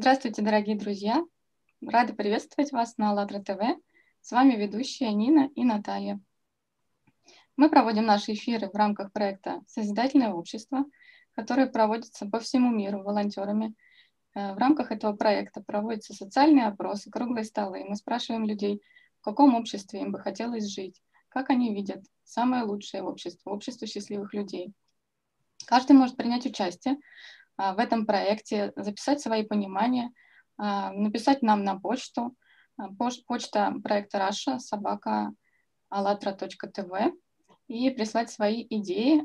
Здравствуйте, дорогие друзья! Рада приветствовать вас на АЛЛАТРА ТВ. С вами ведущие Нина и Наталья. Мы проводим наши эфиры в рамках проекта «Созидательное общество», который проводится по всему миру волонтерами. В рамках этого проекта проводятся социальные опросы, круглые столы. Мы спрашиваем людей, в каком обществе им бы хотелось жить, как они видят самое лучшее общество, общество счастливых людей. Каждый может принять участие в этом проекте, записать свои понимания, написать нам на почту. Почта проекта Раша @allatra.tv и прислать свои идеи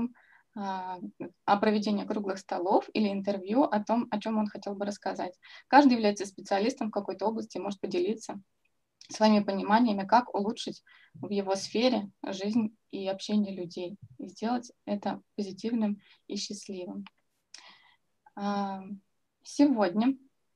о проведении круглых столов или интервью о том, о чем он хотел бы рассказать. Каждый является специалистом в какой-то области, может поделиться своими пониманиями, как улучшить в его сфере жизнь и общение людей, и сделать это позитивным и счастливым. Сегодня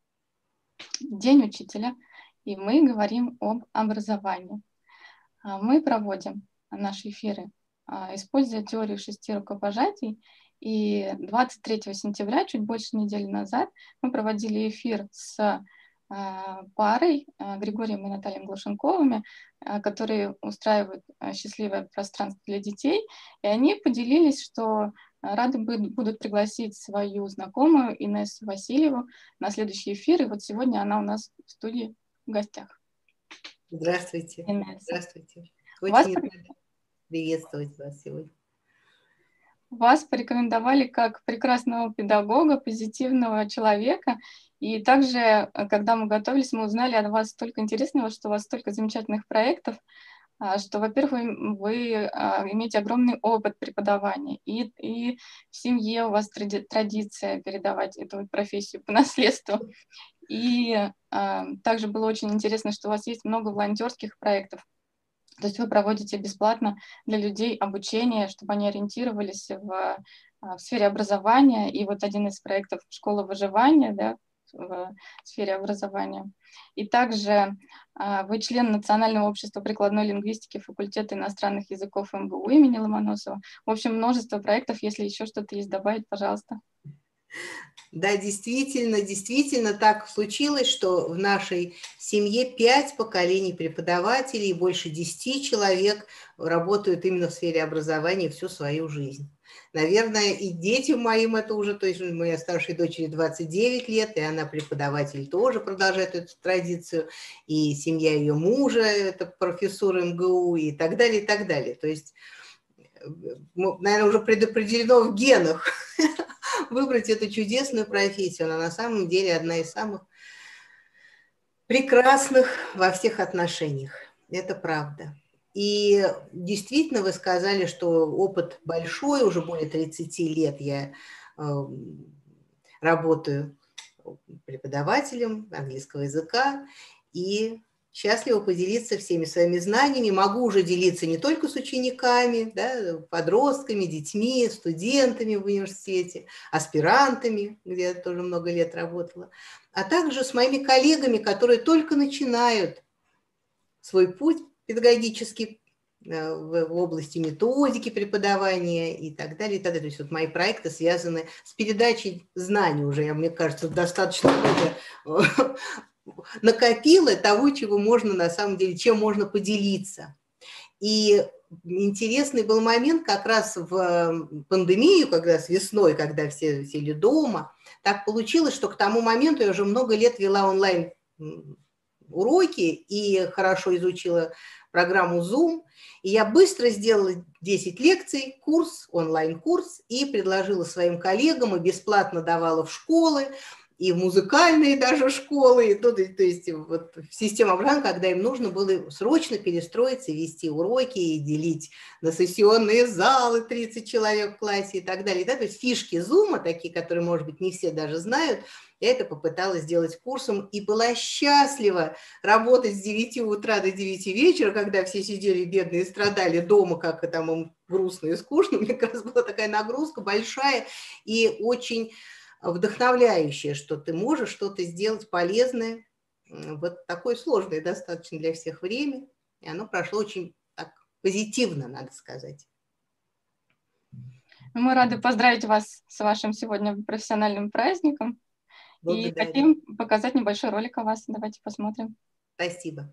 День учителя, и мы говорим об образовании. Мы проводим наши эфиры, используя теорию 6 рукопожатий, и 23 сентября, чуть больше недели назад, мы проводили эфир с парой Григорием и Натальей Глушенковыми, которые устраивают счастливое пространство для детей, и они поделились, что рады будут пригласить свою знакомую Инессу Васильеву на следующий эфир, и вот сегодня она у нас в студии в гостях. Здравствуйте. Инесса. Здравствуйте. Очень рада приветствовать вас сегодня. Вас порекомендовали как прекрасного педагога, позитивного человека. И также, когда мы готовились, мы узнали о вас столько интересного, что у вас столько замечательных проектов, что, во-первых, вы имеете огромный опыт преподавания, и в семье у вас традиция передавать эту профессию по наследству. И также было очень интересно, что у вас есть много волонтерских проектов. То есть вы проводите бесплатно для людей обучение, чтобы они ориентировались в сфере образования. И вот один из проектов «Школа выживания», да, в сфере образования. И также вы член Национального общества прикладной лингвистики факультета иностранных языков МГУ имени Ломоносова. В общем, множество проектов. Если еще что-то есть добавить, пожалуйста. Да, действительно так случилось, что в нашей семье 5 поколений преподавателей и больше 10 человек работают именно в сфере образования всю свою жизнь. Наверное, и детям моим это уже, то есть моей старшей дочери 29 лет, и она преподаватель тоже продолжает эту традицию, и семья ее мужа, это профессор МГУ и так далее, и так далее. То есть, наверное, уже предопределено в генах выбрать эту чудесную профессию. Она на самом деле одна из самых прекрасных во всех отношениях. Это правда. И действительно вы сказали, что опыт большой, уже более 30 лет я работаю преподавателем английского языка и счастлива поделиться всеми своими знаниями. Могу уже делиться не только с учениками, да, подростками, детьми, студентами в университете, аспирантами, где я тоже много лет работала, а также с моими коллегами, которые только начинают свой путь педагогический в области методики преподавания и так далее, и так далее. То есть вот мои проекты связаны с передачей знаний уже, мне кажется, достаточно много накопила того, чего можно на самом деле, чем можно поделиться. И интересный был момент как раз в пандемию, когда с весной, когда все сидели дома, так получилось, что к тому моменту я уже много лет вела онлайн уроки и хорошо изучила программу Zoom, и я быстро сделала 10 лекций, курс, онлайн-курс, и предложила своим коллегам, и бесплатно давала в школы, и в музыкальные даже школы, то есть вот в систему образования, когда им нужно было срочно перестроиться, вести уроки и делить на сессионные залы 30 человек в классе и так далее. Да? То есть фишки Zoom, такие, которые, может быть, не все даже знают, я это попыталась сделать курсом и была счастлива работать с 9 утра до 9 вечера, когда все сидели бедные, страдали дома, как там им грустно и скучно. Мне как раз была такая нагрузка большая и очень вдохновляющее, что ты можешь что-то сделать полезное, вот такое сложное достаточно для всех время, и оно прошло очень так позитивно, надо сказать. Мы рады поздравить вас с вашим сегодня профессиональным праздником И Благодарю. хотим показать небольшой ролик о вас. Давайте посмотрим. Спасибо.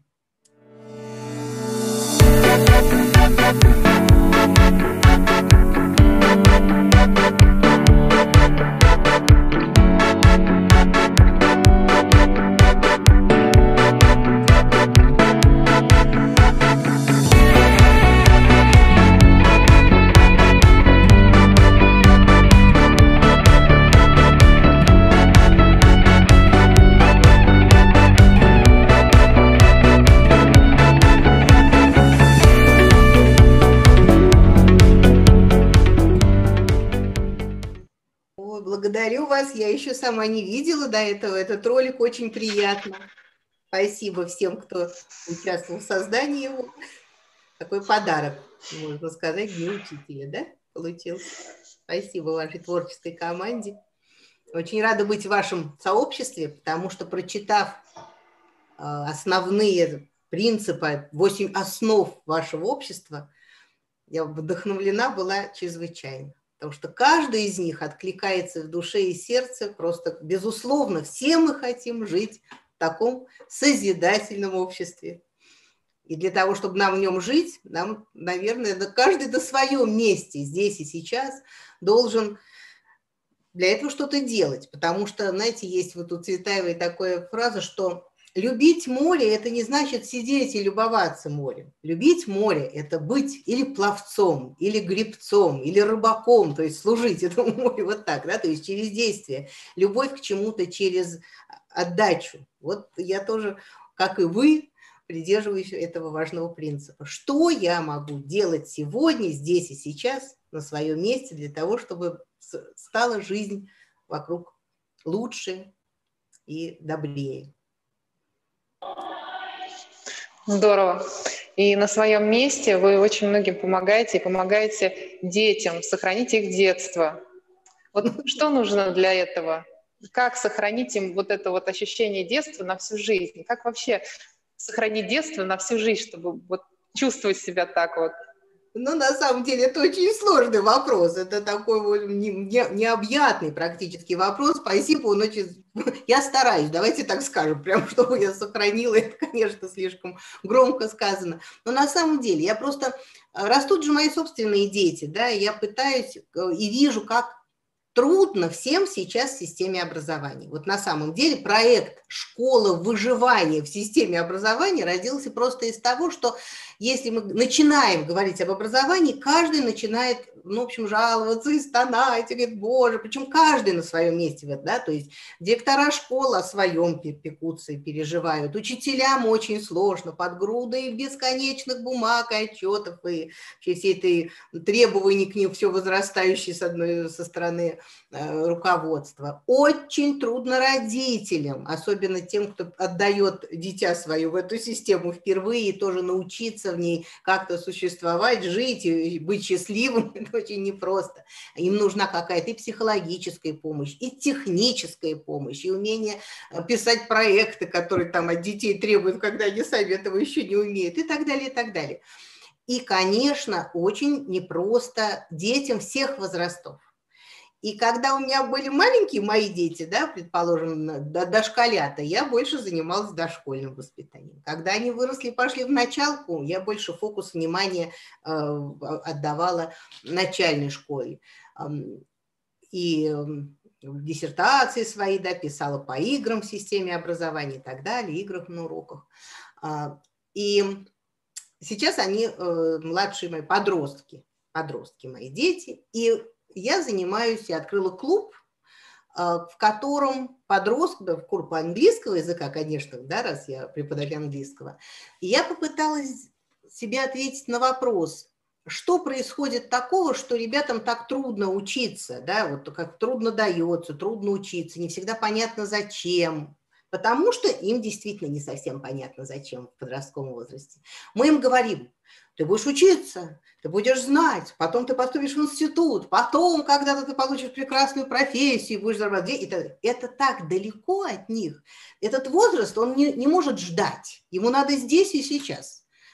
Благодарю вас. Я еще сама не видела до этого. Этот ролик очень приятно. Спасибо всем, кто участвовал в создании его. Такой подарок, можно сказать, Дню учителя, да, получился. Спасибо вашей творческой команде. Очень рада быть в вашем сообществе, потому что, прочитав основные принципы, 8 основ вашего общества, я вдохновлена была чрезвычайно. Потому что каждый из них откликается в душе и сердце. Просто, безусловно, все мы хотим жить в таком созидательном обществе. И для того, чтобы нам в нем жить, нам, наверное, каждый на своем месте, здесь и сейчас, должен для этого что-то делать. Потому что, знаете, есть вот у Цветаевой такая фраза, что любить море – это не значит сидеть и любоваться морем. Любить море – это быть или пловцом, или гребцом, или рыбаком, то есть служить этому морю вот так, да, то есть через действие. Любовь к чему-то через отдачу. Вот я тоже, как и вы, придерживаюсь этого важного принципа. Что я могу делать сегодня, здесь и сейчас, на своем месте, для того, чтобы стала жизнь вокруг лучше и добрее. Здорово. И на своем месте вы очень многим помогаете, и помогаете детям сохранить их детство. Вот что нужно для этого? Как сохранить им вот это вот ощущение детства на всю жизнь? Как вообще сохранить детство на всю жизнь, чтобы вот чувствовать себя так вот? Ну, на самом деле, это очень сложный вопрос. Это такой вот необъятный практически вопрос. Спасибо, он очень... Я стараюсь, давайте так скажем, прям чтобы я сохранила. Это, конечно, слишком громко сказано. Но на самом деле, я просто... Растут же мои собственные дети, да, и я пытаюсь и вижу, как трудно всем сейчас в системе образования. Вот на самом деле проект «Школа выживания в системе образования» родился просто из того, что если мы начинаем говорить об образовании, каждый начинает, ну, в общем, жаловаться и стонать, и говорит, боже, причем каждый на своем месте, да, то есть директора школ о своем пекутся и переживают, учителям очень сложно, под грудой бесконечных бумаг, отчетов и всей этой требований к ним все возрастающие со стороны руководства. Очень трудно родителям, особенно тем, кто отдает дитя свое в эту систему впервые, и тоже научиться в ней как-то существовать, жить и быть счастливым, это очень непросто. Им нужна какая-то и психологическая помощь, и техническая помощь, и умение писать проекты, которые там от детей требуют, когда они сами этого еще не умеют, и так далее, и так далее. И, конечно, очень непросто детям всех возрастов. И когда у меня были маленькие мои дети, да, предположим, дошколята, я больше занималась дошкольным воспитанием. Когда они выросли, пошли в началку, я больше фокус внимания отдавала начальной школе. И диссертации свои, да, писала по играм в системе образования и так далее, играх на уроках. И сейчас они младшие мои подростки мои дети, и я занимаюсь, я открыла клуб, в котором подростков, курс английского языка, конечно, да, раз я преподаватель английского, и я попыталась себе ответить на вопрос, что происходит такого, что ребятам так трудно учиться, да, вот как трудно дается, трудно учиться, не всегда понятно зачем, потому что им действительно не совсем понятно зачем в подростковом возрасте. Мы им говорим, ты будешь учиться, ты будешь знать, потом ты поступишь в институт, потом когда-то ты получишь прекрасную профессию, будешь зарабатывать. Это так далеко от них. Этот возраст, он не может ждать. Ему надо здесь и сейчас.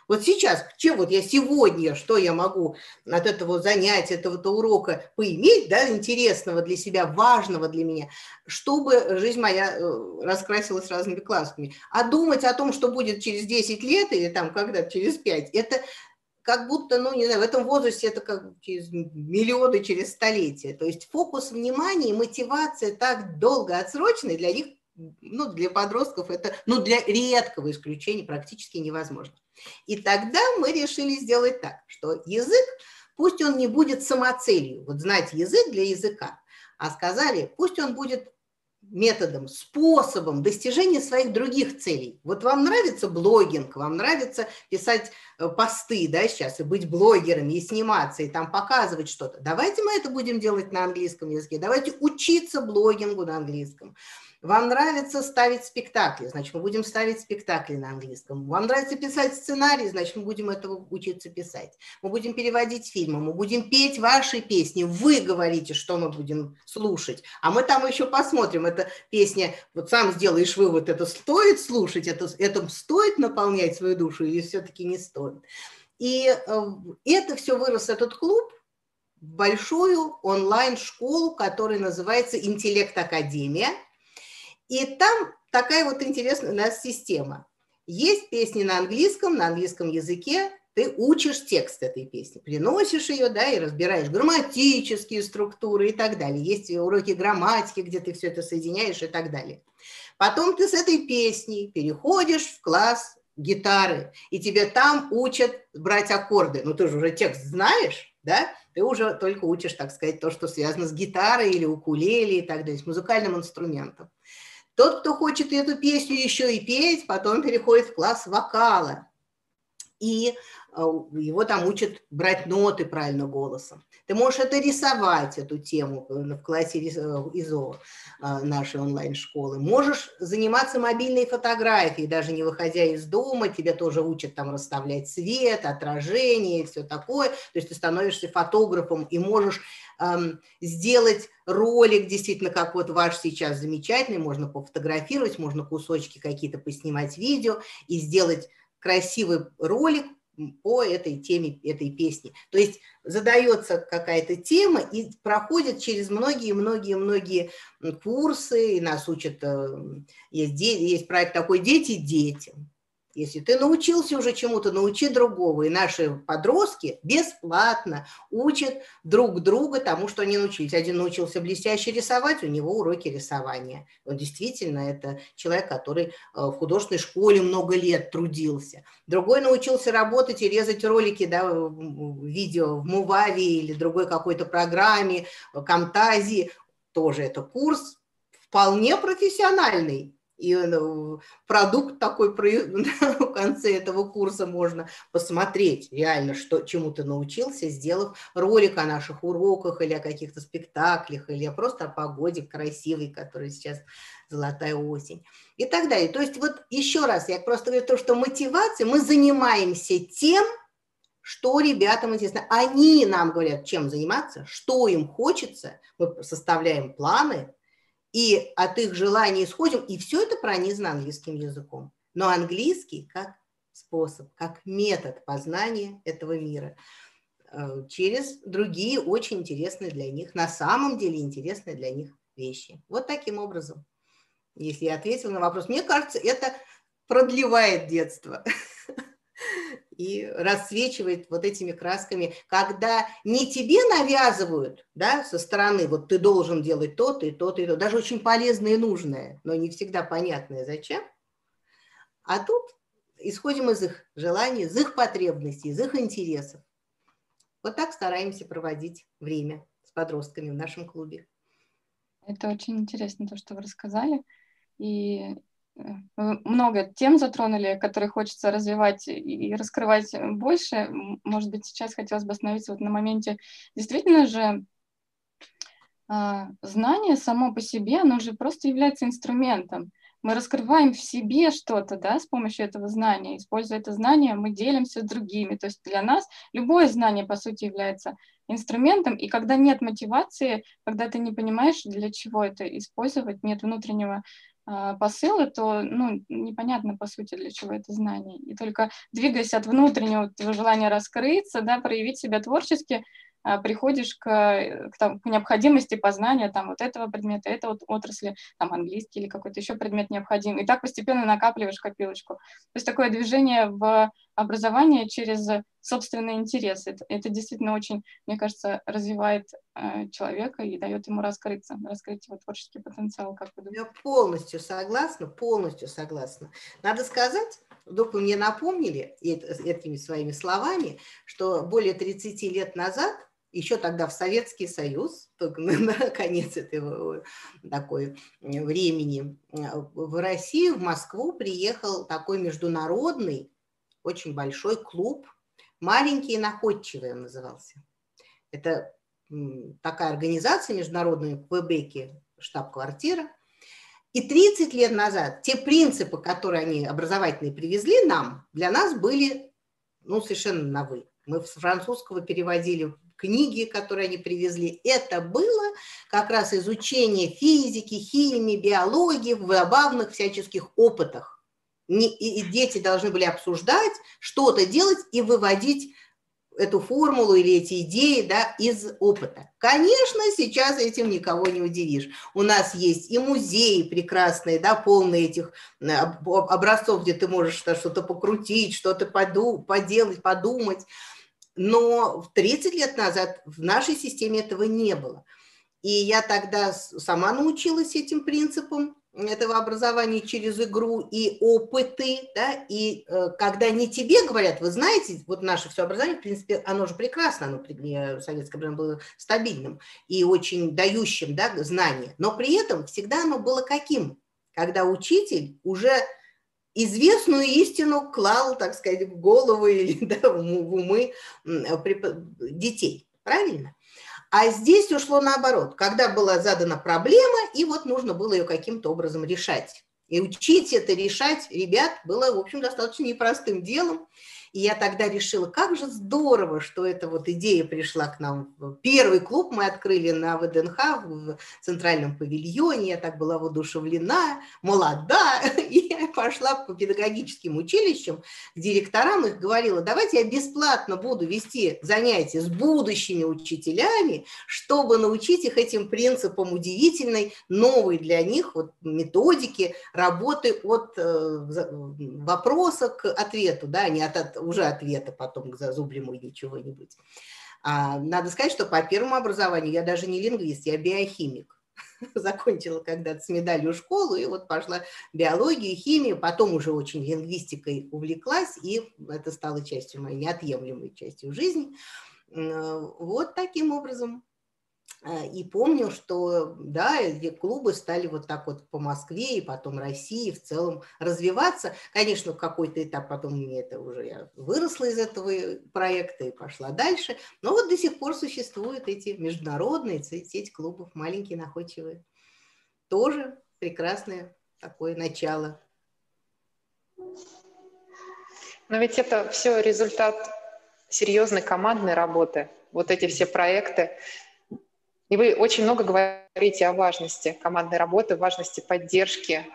Вот сейчас, чем вот я сегодня, что я могу от этого занятия, этого урока поиметь, да, интересного для себя, важного для меня, чтобы жизнь моя раскрасилась разными красками. А думать о том, что будет через 10 лет или там когда-то через 5, это как будто, ну, не знаю, в этом возрасте это как через миллионы, через столетия. То есть фокус внимания и мотивация так долго отсрочены для них, ну, для подростков это, ну, для редкого исключения практически невозможно. И тогда мы решили сделать так, что язык, пусть он не будет самоцелью, вот знать язык для языка, а сказали, пусть он будет методом, способом достижения своих других целей. Вот вам нравится блогинг, вам нравится писать посты, да, сейчас, и быть блогерами, и сниматься, и там показывать что-то. Давайте мы это будем делать на английском языке, давайте учиться блогингу на английском. Вам нравится ставить спектакли, значит, мы будем ставить спектакли на английском. Вам нравится писать сценарий, значит, мы будем этого учиться писать. Мы будем переводить фильмы, мы будем петь ваши песни. Вы говорите, что мы будем слушать. А мы там еще посмотрим. Эта песня, вот сам сделаешь вывод, это стоит слушать, это стоит наполнять свою душу или все-таки не стоит. И это все вырос, этот клуб, в большую онлайн-школу, которая называется «Интеллект-академия». И там такая вот интересная у нас система. Есть песни на английском языке, ты учишь текст этой песни, приносишь ее, да, и разбираешь грамматические структуры и так далее. Есть уроки грамматики, где ты все это соединяешь и так далее. Потом ты с этой песней переходишь в класс гитары, и тебе там учат брать аккорды. Ну, ты же уже текст знаешь, да? Ты уже только учишь, так сказать, то, что связано с гитарой или укулеле и так далее, с музыкальным инструментом. Тот, кто хочет эту песню еще и петь, потом переходит в класс вокала. И его там учат брать ноты правильно голосом. Ты можешь это рисовать, эту тему в классе ИЗО нашей онлайн-школы. Можешь заниматься мобильной фотографией, даже не выходя из дома. Тебя тоже учат там расставлять свет, отражение и все такое. То есть ты становишься фотографом и можешь сделать ролик, действительно, как вот ваш сейчас замечательный. Можно пофотографировать, можно кусочки какие-то поснимать видео и сделать красивый ролик по этой теме, этой песни. То есть задается какая-то тема и проходит через многие курсы, и нас учат, есть проект такой «Дети детям». Если ты научился уже чему-то, научи другого. И наши подростки бесплатно учат друг друга тому, что они научились. Один научился блестяще рисовать, у него уроки рисования. Он действительно это человек, который в художественной школе много лет трудился. Другой научился работать и резать ролики, да, видео в Movavi или другой какой-то программе, Camtasia. Тоже это курс вполне профессиональный. И продукт такой в конце этого курса можно посмотреть реально, чему ты научился, сделав ролик о наших уроках или о каких-то спектаклях, или просто о погоде красивой, которая сейчас золотая осень и так далее. То есть вот еще раз, я просто говорю то, что мотивация, мы занимаемся тем, что ребятам интересно. Они нам говорят, чем заниматься, что им хочется, мы составляем планы, и от их желаний исходим, и все это пронизано английским языком. Но английский как способ, как метод познания этого мира через другие очень интересные для них, на самом деле интересные для них вещи. Вот таким образом, если я ответила на вопрос, мне кажется, это продлевает детство и расцвечивает вот этими красками, когда не тебе навязывают, да, со стороны, вот ты должен делать то-то и то-то и то, даже очень полезное и нужное, но не всегда понятное зачем, а тут исходим из их желаний, из их потребностей, из их интересов. Вот так стараемся проводить время с подростками в нашем клубе. Это очень интересно, то, что вы рассказали, и много тем затронули, которые хочется развивать и раскрывать больше. Может быть, сейчас хотелось бы остановиться вот на моменте. Действительно же, знание само по себе, оно же просто является инструментом. Мы раскрываем в себе что-то, да, с помощью этого знания. Используя это знание, мы делимся с другими. То есть для нас любое знание, по сути, является инструментом. И когда нет мотивации, когда ты не понимаешь, для чего это использовать, нет внутреннего посылы, то непонятно, по сути, для чего это знание. И только двигаясь от внутреннего желания раскрыться, да, проявить себя творчески, приходишь к необходимости познания там, вот этого предмета, этой вот отрасли, там, английский или какой-то еще предмет необходим. И так постепенно накапливаешь копилочку. То есть такое движение в образование через собственный интерес. Это действительно очень, мне кажется, развивает человека и дает ему раскрыться, раскрыть его творческий потенциал. Как вы думаете? Я полностью согласна, полностью согласна. Надо сказать, вдруг вы мне напомнили этими своими словами, что более 30 лет назад, еще тогда в Советский Союз, только на конец этого такой времени, в Россию, в Москву приехал такой международный, очень большой клуб, «Маленький и находчивый» он назывался. Это такая организация международная в Квебеке, штаб-квартира. И 30 лет назад те принципы, которые они образовательные привезли нам, для нас были совершенно новы. Мы с французского переводили книги, которые они привезли. Это было как раз изучение физики, химии, биологии в забавных всяческих опытах. И дети должны были обсуждать, что-то делать и выводить эту формулу или эти идеи, да, из опыта. Конечно, сейчас этим никого не удивишь. У нас есть и музеи прекрасные, да, полные этих образцов, где ты можешь что-то покрутить, что-то поделать, подумать. Но 30 лет назад в нашей системе этого не было. И я тогда сама научилась этим принципам этого образования через игру и опыты, да, и когда не тебе говорят, вы знаете, вот наше все образование, в принципе, оно же прекрасно, советское образование было стабильным и очень дающим, да, знания, но при этом всегда оно было каким? Когда учитель уже известную истину клал, так сказать, в голову или, да, в умы детей, правильно? А здесь ушло наоборот, когда была задана проблема, и вот нужно было ее каким-то образом решать. И учить это решать ребят было, в общем, достаточно непростым делом. И я тогда решила, как же здорово, что эта вот идея пришла к нам. Первый клуб мы открыли на ВДНХ в Центральном павильоне. Я так была воодушевлена, молода. И я пошла по педагогическим училищам к директорам, их говорила, давайте я бесплатно буду вести занятия с будущими учителями, чтобы научить их этим принципам удивительной, новой для них вот методики работы от вопроса к ответу, да, не от уже ответа потом к зазубрему или чего-нибудь. Надо сказать, что по первому образованию я даже не лингвист, я биохимик. Закончила когда-то с медалью школу, и вот пошла биологию, химию, потом уже очень лингвистикой увлеклась, и это стало частью моей, неотъемлемой частью жизни. Вот таким образом. И помню, что, да, клубы стали вот так вот по Москве и потом России в целом развиваться. Конечно, в какой-то этап потом мне это уже, я выросла из этого проекта и пошла дальше. Но вот до сих пор существуют эти международные сеть клубов, маленькие, находчивые. Тоже прекрасное такое начало. Но ведь это все результат серьезной командной работы, вот эти все проекты. И вы очень много говорите о важности командной работы, важности поддержки.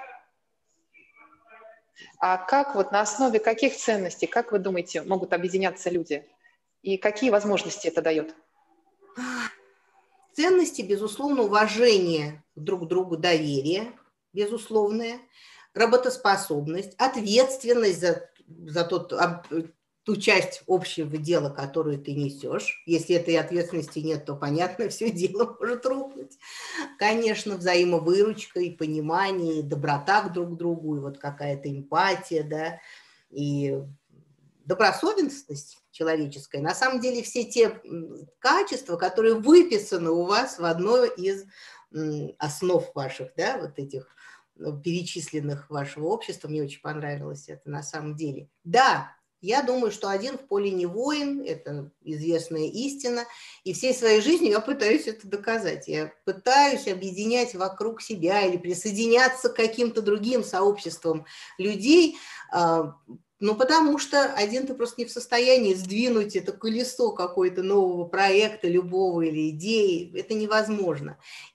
А как вот на основе каких ценностей, как вы думаете, могут объединяться люди? И какие возможности это дает? Ценности, безусловно, уважение друг к другу, доверие, безусловное, работоспособность, ответственность за ту часть общего дела, которую ты несешь. Если этой ответственности нет, то, понятно, все дело может рухнуть. Конечно, взаимовыручка и понимание, и доброта друг к другу, и вот какая-то эмпатия, да, и добросовестность человеческая. На самом деле все те качества, которые выписаны у вас в одной из основ ваших, да, вот этих перечисленных вашего общества, мне очень понравилось это на самом деле. Да, я думаю, что один в поле не воин, это известная истина, и всей своей жизнью я пытаюсь это доказать. Я пытаюсь объединять вокруг себя или присоединяться к каким-то другим сообществам людей, потому что один ты просто не в состоянии сдвинуть это колесо какой-то нового проекта, любого или идеи. Это невозможно. И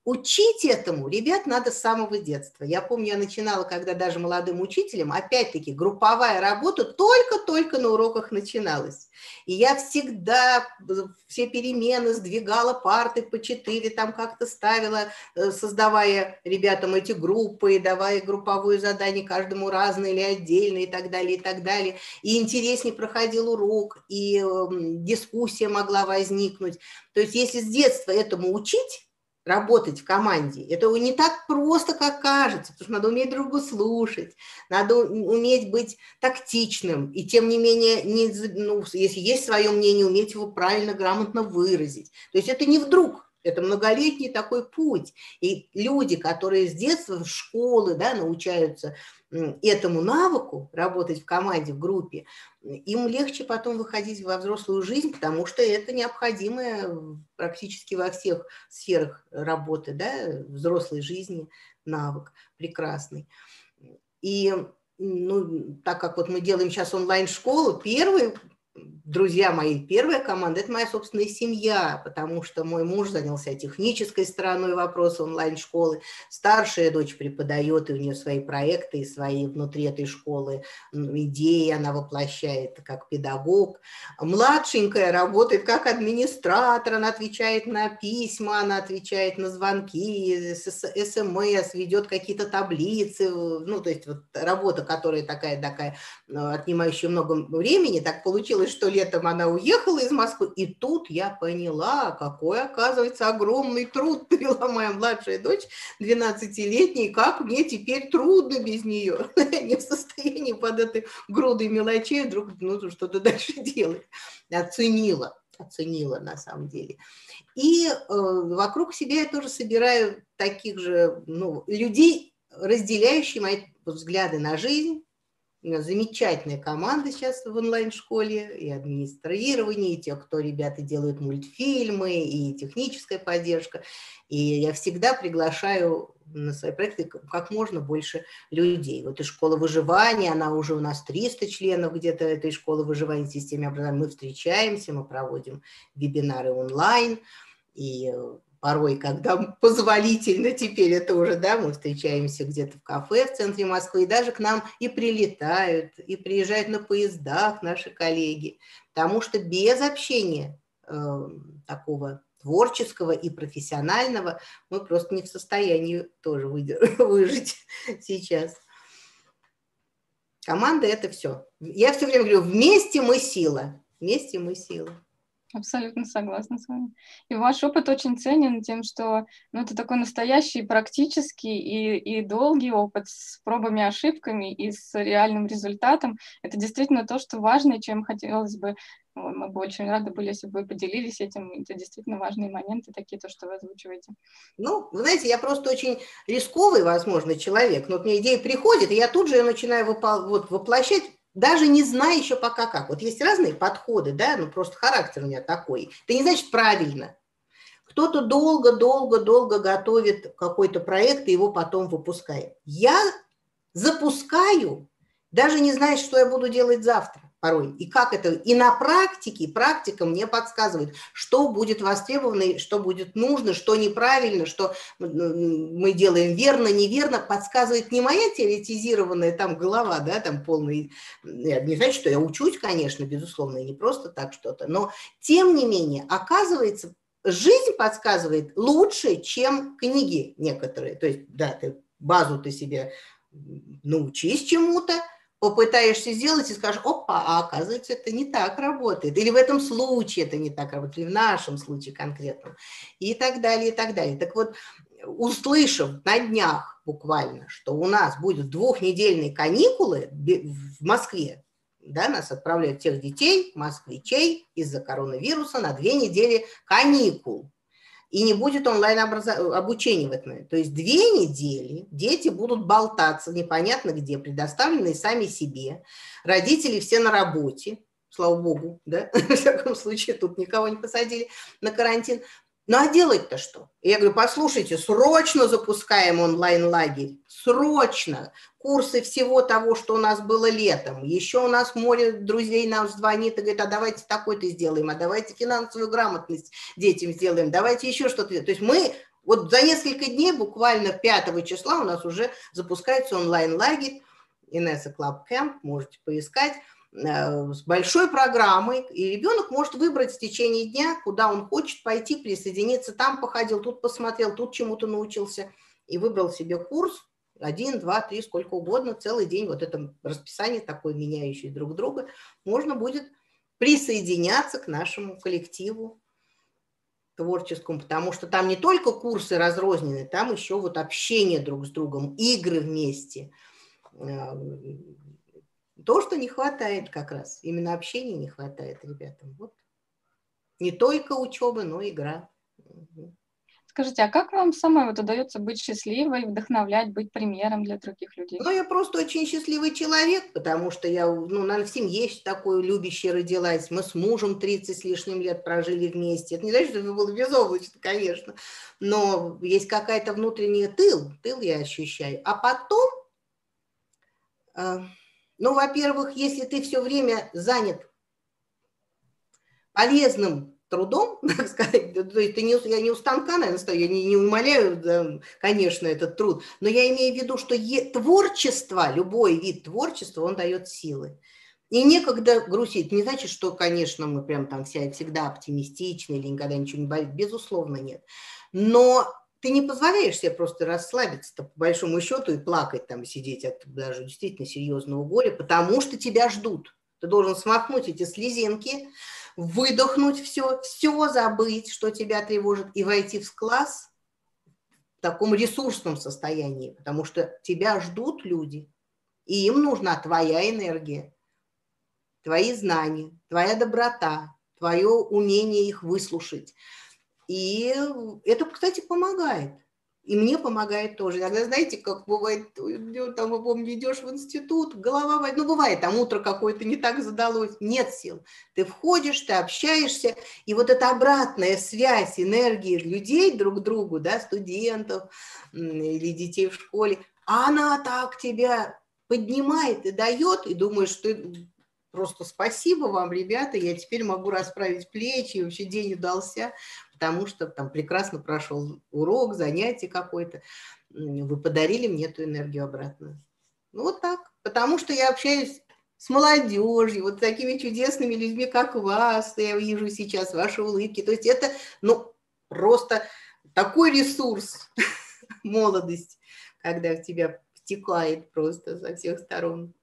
учить этому ребят надо с самого детства. Я помню, я начинала, когда даже молодым учителем, опять-таки, групповая работа только-только на уроках начиналась. И я всегда все перемены сдвигала парты по 4, там как-то ставила, создавая ребятам эти группы, давая групповое задание каждому разное или отдельно и так далее, и так далее. И интереснее проходил урок, и дискуссия могла возникнуть. То есть если с детства этому учить, работать в команде, это не так просто, как кажется, потому что надо уметь друг друга слушать, надо уметь быть тактичным, и тем не менее, если есть свое мнение, уметь его правильно, грамотно выразить. То есть это не вдруг, это многолетний такой путь. И люди, которые с детства в школы, да, научаются этому навыку, работать в команде, в группе, им легче потом выходить во взрослую жизнь, потому что это необходимое практически во всех сферах работы, да, взрослой жизни навык прекрасный. И так как вот мы делаем сейчас онлайн-школу, друзья мои, первая команда – это моя собственная семья, потому что мой муж занялся технической стороной вопроса онлайн-школы, старшая дочь преподает, и у нее свои проекты, и свои внутри этой школы идеи она воплощает как педагог. Младшенькая работает как администратор, она отвечает на письма, она отвечает на звонки, СМС, ведет какие-то таблицы, то есть вот работа, которая такая отнимающая много времени, так получилось, что летом она уехала из Москвы, и тут я поняла, какой, оказывается, огромный труд привела моя младшая дочь, 12-летняя, как мне теперь трудно без нее. Я не в состоянии под этой грудой мелочей вдруг что-то дальше делать. Оценила на самом деле. И вокруг себя я тоже собираю таких же людей, разделяющих мои взгляды на жизнь. У меня замечательная команда сейчас в онлайн-школе, и администрирование, и те, кто ребята делают мультфильмы, и техническая поддержка. И я всегда приглашаю на свои проекты как можно больше людей. Вот и школа выживания, она уже у нас 300 членов где-то этой школы выживания в системе образования. Мы встречаемся, мы проводим вебинары онлайн, и порой, когда позволительно, теперь это уже, да, мы встречаемся где-то в кафе в центре Москвы, и даже к нам и прилетают, и приезжают на поездах наши коллеги, потому что без общения такого творческого и профессионального мы просто не в состоянии тоже выжить сейчас. Команда – это все. Я все время говорю, вместе мы сила, вместе мы сила. Абсолютно согласна с вами. И ваш опыт очень ценен тем, что это такой настоящий, практический и долгий опыт с пробами и ошибками и с реальным результатом. Это действительно то, что важно, и чем хотелось бы, мы бы очень рады были, если бы вы поделились этим. Это действительно важные моменты, такие, то, что вы озвучиваете. Вы знаете, я просто очень рисковый, возможно, человек. Но вот мне идея приходит, и я тут же ее начинаю воплощать, даже не зная еще пока как. Вот есть разные подходы, да, просто характер у меня такой. Это не значит правильно. Кто-то долго готовит какой-то проект и его потом выпускает. Я запускаю, даже не зная, что я буду делать завтра порой. И как это, и на практике, практика мне подсказывает, что будет востребовано, что будет нужно, что неправильно, что мы делаем верно, неверно, подсказывает не моя теоретизированная там голова, да, там полная, не значит, что я учусь, конечно, безусловно, и не просто так что-то, но тем не менее, оказывается, жизнь подсказывает лучше, чем книги некоторые. То есть, да, базу ты себе научись чему-то, попытаешься сделать и скажешь, опа, а оказывается, это не так работает. Или в этом случае это не так работает, или в нашем случае конкретном. И так далее, и так далее. Так вот, услышав на днях буквально, что у нас будут 2-недельные каникулы в Москве, да, нас отправляют всех детей, москвичей, из-за коронавируса на 2 недели каникул. И не будет онлайн-обучения в этом. То есть 2 недели дети будут болтаться непонятно где, предоставленные сами себе. Родители все на работе, слава богу, да, в всяком случае тут никого не посадили на карантин. Ну а делать-то что? Я говорю, послушайте, срочно запускаем онлайн-лагерь, срочно. Курсы всего того, что у нас было летом. Еще у нас море друзей нам звонит и говорит, а давайте такой-то сделаем, а давайте финансовую грамотность детям сделаем, давайте еще что-то. То есть мы Вот за несколько дней, буквально 5 числа, у нас уже запускается онлайн-лагерь Инесса Club Camp, можете поискать, с большой программой, и ребенок может выбрать в течение дня, куда он хочет пойти, присоединиться. Там походил, тут посмотрел, тут чему-то научился, и выбрал себе курс 1, 2, 3, сколько угодно, целый день. Вот это расписание такое, меняющее друг друга, можно будет присоединяться к нашему коллективу творческому, потому что там не только курсы разрознены, там еще вот общение друг с другом, игры вместе. То, что не хватает как раз. Именно общения не хватает ребятам. Вот. Не только учеба, но и игра. Скажите, а как вам самой вот удается быть счастливой, вдохновлять, быть примером для других людей? Ну, я просто очень счастливый человек, потому что я, наверное, в семье такой любящей родилась. Мы с мужем 30 с лишним лет прожили вместе. Это не значит, что это было безоблачно, конечно, но есть какая-то внутренняя тыл я ощущаю. А потом, ну, во-первых, если ты все время занят полезным трудом, так сказать, то есть я не у станка, наверное, стою, я не умаляю, да, конечно, этот труд, но я имею в виду, что творчество, любой вид творчества, он дает силы. И некогда грустить. Не значит, что, конечно, мы прям там всегда оптимистичны или никогда ничего не болит. Безусловно, нет. Но ты не позволяешь себе просто расслабиться-то, по большому счету, и плакать там, сидеть от даже действительно серьезного горя, потому что тебя ждут. Ты должен смахнуть эти слезинки, выдохнуть все забыть, что тебя тревожит, и войти в класс в таком ресурсном состоянии, потому что тебя ждут люди, и им нужна твоя энергия, твои знания, твоя доброта, твое умение их выслушать. И это, кстати, помогает. И мне помогает тоже. Иногда, знаете, как бывает, там, вы помните, идешь в институт, голова болит. Ну, бывает, там утро какое-то не так задалось, нет сил. Ты входишь, ты общаешься, и вот эта обратная связь энергии людей друг к другу, да, студентов или детей в школе, она так тебя поднимает и дает, и думаешь, что просто спасибо вам, ребята, я теперь могу расправить плечи, и вообще день удался, потому что там прекрасно прошел урок, занятие какое-то. Вы подарили мне эту энергию обратно. Ну, вот так. Потому что я общаюсь с молодежью, вот такими чудесными людьми, как вас, я вижу сейчас ваши улыбки. То есть это, ну, просто такой ресурс молодости, когда в тебя втекает просто со всех сторон.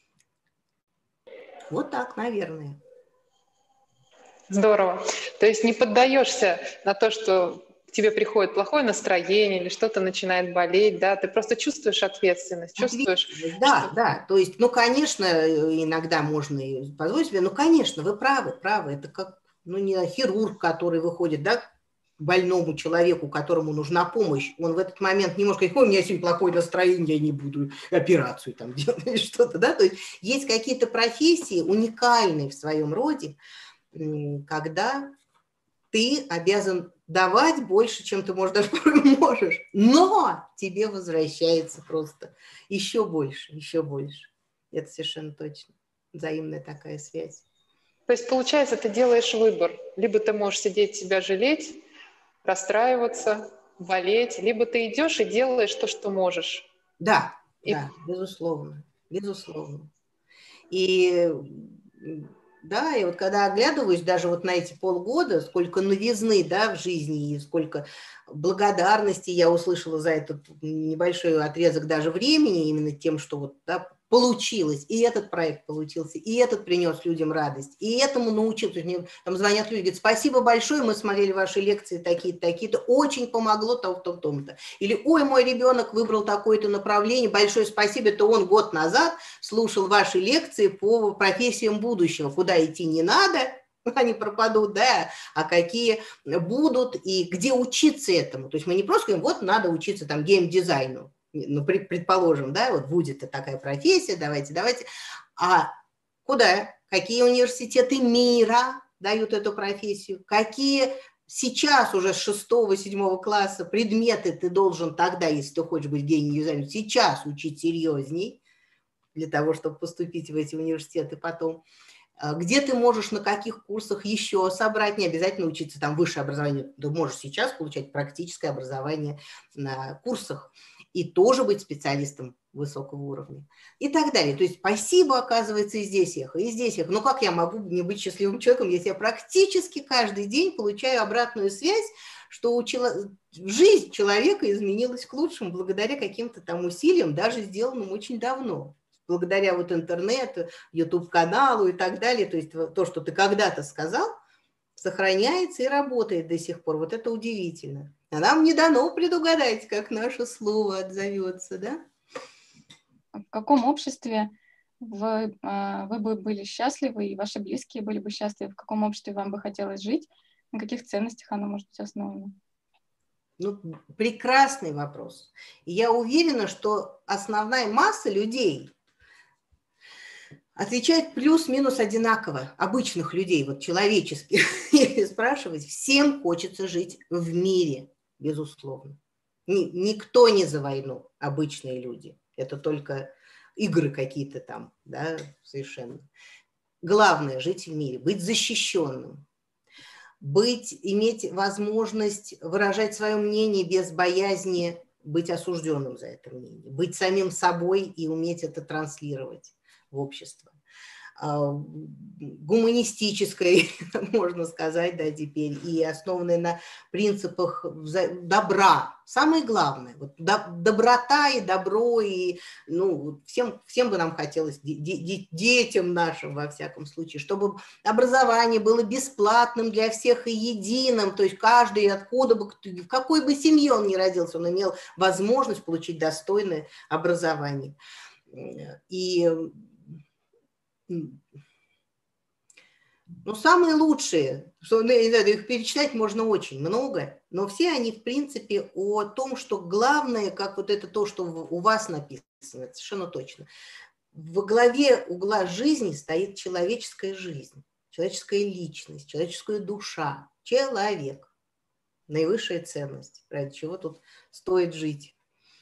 Вот так, наверное. Здорово. То есть не поддаешься на то, что к тебе приходит плохое настроение или что-то начинает болеть, да? Ты просто чувствуешь ответственность, чувствуешь... Да, что... да. То есть, ну, конечно, иногда можно и позволить себе, ну, конечно, вы правы. Это как, ну, не хирург, который выходит, да, к больному человеку, которому нужна помощь. Он в этот момент не может сказать, ой, у меня сегодня плохое настроение, я не буду операцию там делать или что-то, да? То есть есть какие-то профессии уникальные в своем роде, когда ты обязан давать больше, чем ты можешь, даже порой можешь, но тебе возвращается просто еще больше. Это совершенно точно. Взаимная такая связь. То есть, получается, ты делаешь выбор. Либо ты можешь сидеть, себя жалеть, расстраиваться, болеть, либо ты идешь и делаешь то, что можешь. Да, безусловно. И да, и вот когда оглядываюсь даже вот на эти полгода, сколько новизны, да, в жизни и сколько благодарности я услышала за этот небольшой отрезок даже времени, именно тем, что вот, да, получилось, и этот проект получился, и этот принес людям радость, и этому научился. Мне там звонят люди, говорят, спасибо большое, мы смотрели ваши лекции такие-то, такие-то, очень помогло то-то, то-то. Или, ой, мой ребенок выбрал такое-то направление, большое спасибо, это он год назад слушал ваши лекции по профессиям будущего, куда идти не надо, они пропадут, да, а какие будут и где учиться этому. То есть мы не просто говорим, вот надо учиться там геймдизайну, ну, предположим, да, вот будет такая профессия, давайте, а куда, какие университеты мира дают эту профессию, какие сейчас уже с 6-7 класса предметы ты должен тогда, если ты хочешь быть геймдизайнером, сейчас учить серьезней, для того, чтобы поступить в эти университеты потом. где ты можешь на каких курсах еще собрать, не обязательно учиться там высшее образование, ты можешь сейчас получать практическое образование на курсах и тоже быть специалистом высокого уровня и так далее. То есть спасибо, оказывается, и здесь их, и здесь их. Ну как я могу не быть счастливым человеком, если я практически каждый день получаю обратную связь, что жизнь человека изменилась к лучшему благодаря каким-то там усилиям, даже сделанным очень давно. Благодаря вот интернету, YouTube-каналу и так далее. То есть то, что ты когда-то сказал, сохраняется и работает до сих пор. Вот это удивительно. А нам не дано предугадать, как наше слово отзовется, да? В каком обществе вы бы были счастливы, и ваши близкие были бы счастливы? В каком обществе вам бы хотелось жить? На каких ценностях оно может быть основано? Ну, прекрасный вопрос. И я уверена, что основная масса людей отвечает плюс-минус одинаково. Обычных людей, вот человеческих, если спрашивать, всем хочется жить в мире, безусловно. Никто не за войну, обычные люди. Это только игры какие-то там, да, совершенно. Главное – жить в мире, быть защищенным, иметь возможность выражать свое мнение без боязни быть осужденным за это мнение, быть самим собой и уметь это транслировать в общество. Гуманистической, можно сказать, да, теперь, и основанной на принципах добра. Самое главное, вот доброта и добро, и ну, всем бы нам хотелось, детям нашим, во всяком случае, чтобы образование было бесплатным для всех и единым, то есть каждый, откуда бы, в какой бы семье он ни родился, он имел возможность получить достойное образование. И ну, самые лучшие, их перечислять можно очень много, но все они, в принципе, о том, что главное, как вот это то, что у вас написано, это совершенно точно. Во главе угла жизни стоит человеческая жизнь, человеческая личность, человеческая душа, человек. Наивысшая ценность, ради чего тут стоит жить.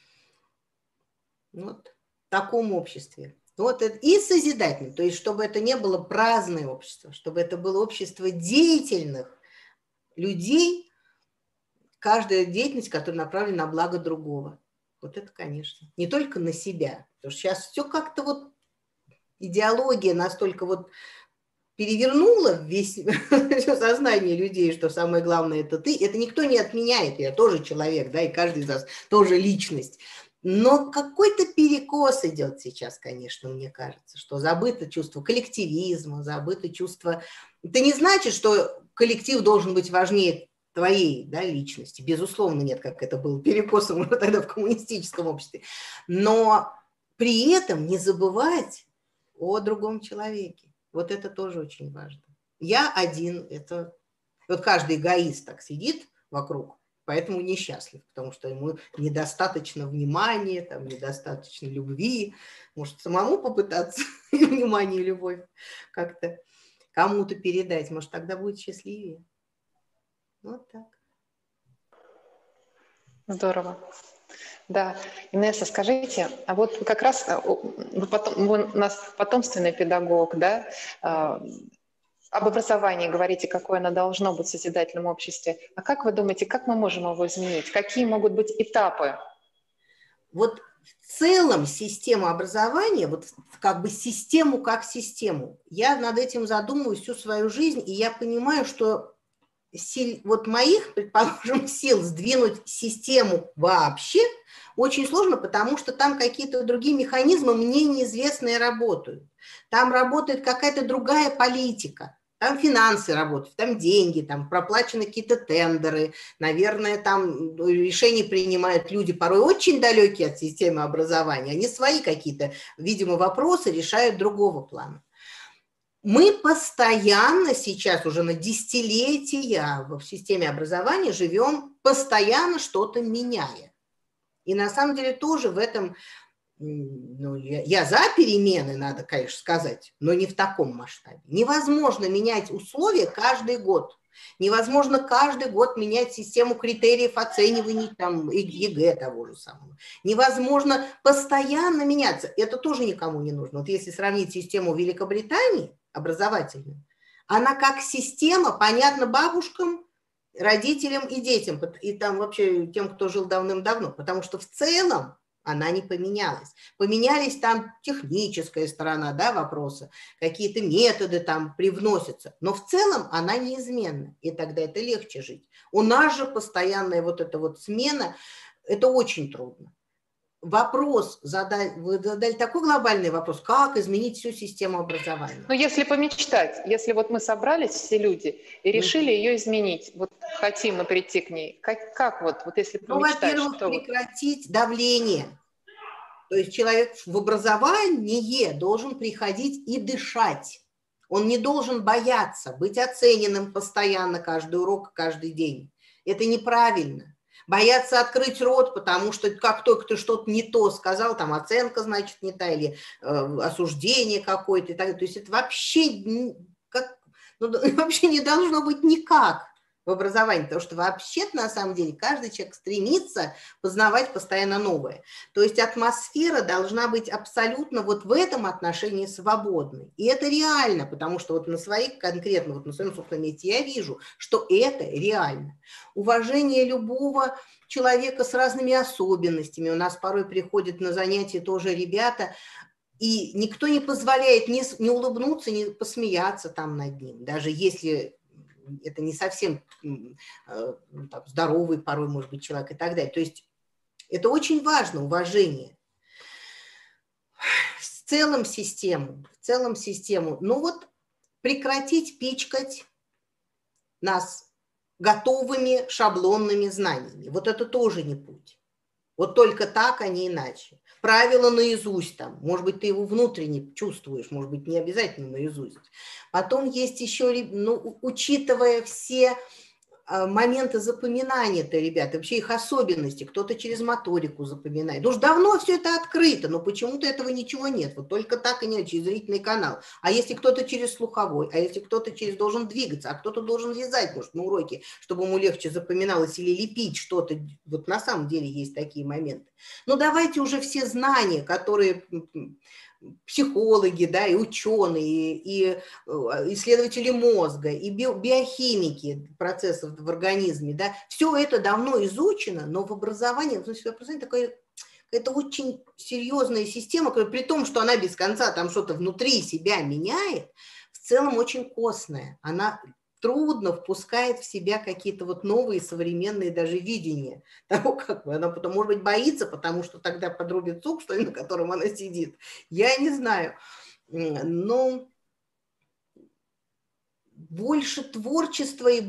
Вот в таком обществе. Вот это, и созидательным, то есть чтобы это не было праздное общество, чтобы это было общество деятельных людей, каждая деятельность, которая направлена на благо другого. Вот это, конечно, не только на себя, потому что сейчас все как-то вот идеология настолько вот перевернула все сознание людей, что самое главное это ты. Это никто не отменяет, я тоже человек, да, и каждый из нас тоже личность. Но какой-то перекос идет сейчас, конечно, мне кажется, что забыто чувство коллективизма, забыто чувство... Это не значит, что коллектив должен быть важнее твоей, да, личности. Безусловно, нет, как это было перекосом уже тогда в коммунистическом обществе. Но при этом не забывать о другом человеке. Вот это тоже очень важно. Я один, это... Вот каждый эгоист так сидит вокруг, поэтому несчастлив, потому что ему недостаточно внимания, там, недостаточно любви. Может, самому попытаться внимание и любовь как-то кому-то передать. Может, тогда будет счастливее. Вот так. Здорово. Да. Инесса, скажите, а вот как раз вы у нас потомственный педагог, да? Об образовании говорите, какое оно должно быть в созидательном обществе. А как вы думаете, как мы можем его изменить? Какие могут быть этапы? Вот в целом система образования, вот как бы систему как систему, я над этим задумываюсь всю свою жизнь, и я понимаю, что вот моих, предположим, сил сдвинуть систему вообще очень сложно, потому что там какие-то другие механизмы мне неизвестные работают. Там работает какая-то другая политика. Там финансы работают, там деньги, там проплачены какие-то тендеры, наверное, там решения принимают люди, порой очень далекие от системы образования. Они свои какие-то, видимо, вопросы решают другого плана. Мы постоянно сейчас, уже на десятилетия в системе образования живем, постоянно что-то меняя. И на самом деле тоже в этом... Ну, я за перемены, надо, конечно, сказать, но не в таком масштабе. Невозможно менять условия каждый год. Невозможно каждый год менять систему критериев оцениваний там, ЕГЭ того же самого. Невозможно постоянно меняться. Это тоже никому не нужно. Вот если сравнить систему Великобритании, образовательную. Она как система понятна бабушкам, родителям и детям, и там вообще тем, кто жил давным-давно, потому что в целом она не поменялась. Поменялись там техническая сторона, да, вопроса, какие-то методы там привносятся, но в целом она неизменна, и тогда это легче жить. У нас же постоянная вот эта вот смена, это очень трудно. Вопрос, вы задали такой глобальный вопрос, как изменить всю систему образования. Но если помечтать, если вот мы собрались все люди и решили ее изменить, вот хотим мы прийти к ней, как вот если помечтать? Ну, во-первых, прекратить давление. То есть человек в образование должен приходить и дышать. Он не должен бояться быть оцененным постоянно, каждый урок, каждый день. Это неправильно. Бояться открыть рот, потому что как только ты что-то не то сказал, там оценка, значит, не та, или осуждение какое-то. То есть это вообще, вообще не должно быть никак в образовании, потому что вообще-то на самом деле каждый человек стремится познавать постоянно новое. То есть атмосфера должна быть абсолютно вот в этом отношении свободной. И это реально, потому что вот на своих конкретно, вот на своем собственном месте я вижу, что это реально. Уважение любого человека с разными особенностями. У нас порой приходят на занятия тоже ребята, и никто не позволяет не улыбнуться, не посмеяться там над ним, даже если это не совсем там, здоровый порой, может быть, человек и так далее. То есть это очень важно, уважение. В целом систему, ну вот прекратить пичкать нас готовыми шаблонными знаниями. Вот это тоже не путь. Вот только так, а не иначе. Правило наизусть там, может быть, ты его внутренне чувствуешь, может быть, не обязательно наизусть. Потом есть еще, ну, учитывая все моменты запоминания-то, ребята, вообще их особенности, кто-то через моторику запоминает. Уж давно все это открыто, но почему-то этого ничего нет. Вот только так и нет, через зрительный канал. А если кто-то через слуховой, а если кто-то через должен двигаться, а кто-то должен вязать, может, на уроке, чтобы ему легче запоминалось, или лепить что-то. Вот на самом деле есть такие моменты. Но давайте уже все знания, которые психологи, да, и ученые, и исследователи мозга, и биохимики процессов в организме, да, все это давно изучено, но в образовании, такое, это очень серьезная система, при том, что она без конца там что-то внутри себя меняет, в целом очень костная, она трудно впускает в себя какие-то вот новые современные даже видения того, как она потом, может быть, боится, потому что тогда подрубит сук, что ли, на котором она сидит. Я не знаю. Но больше творчества и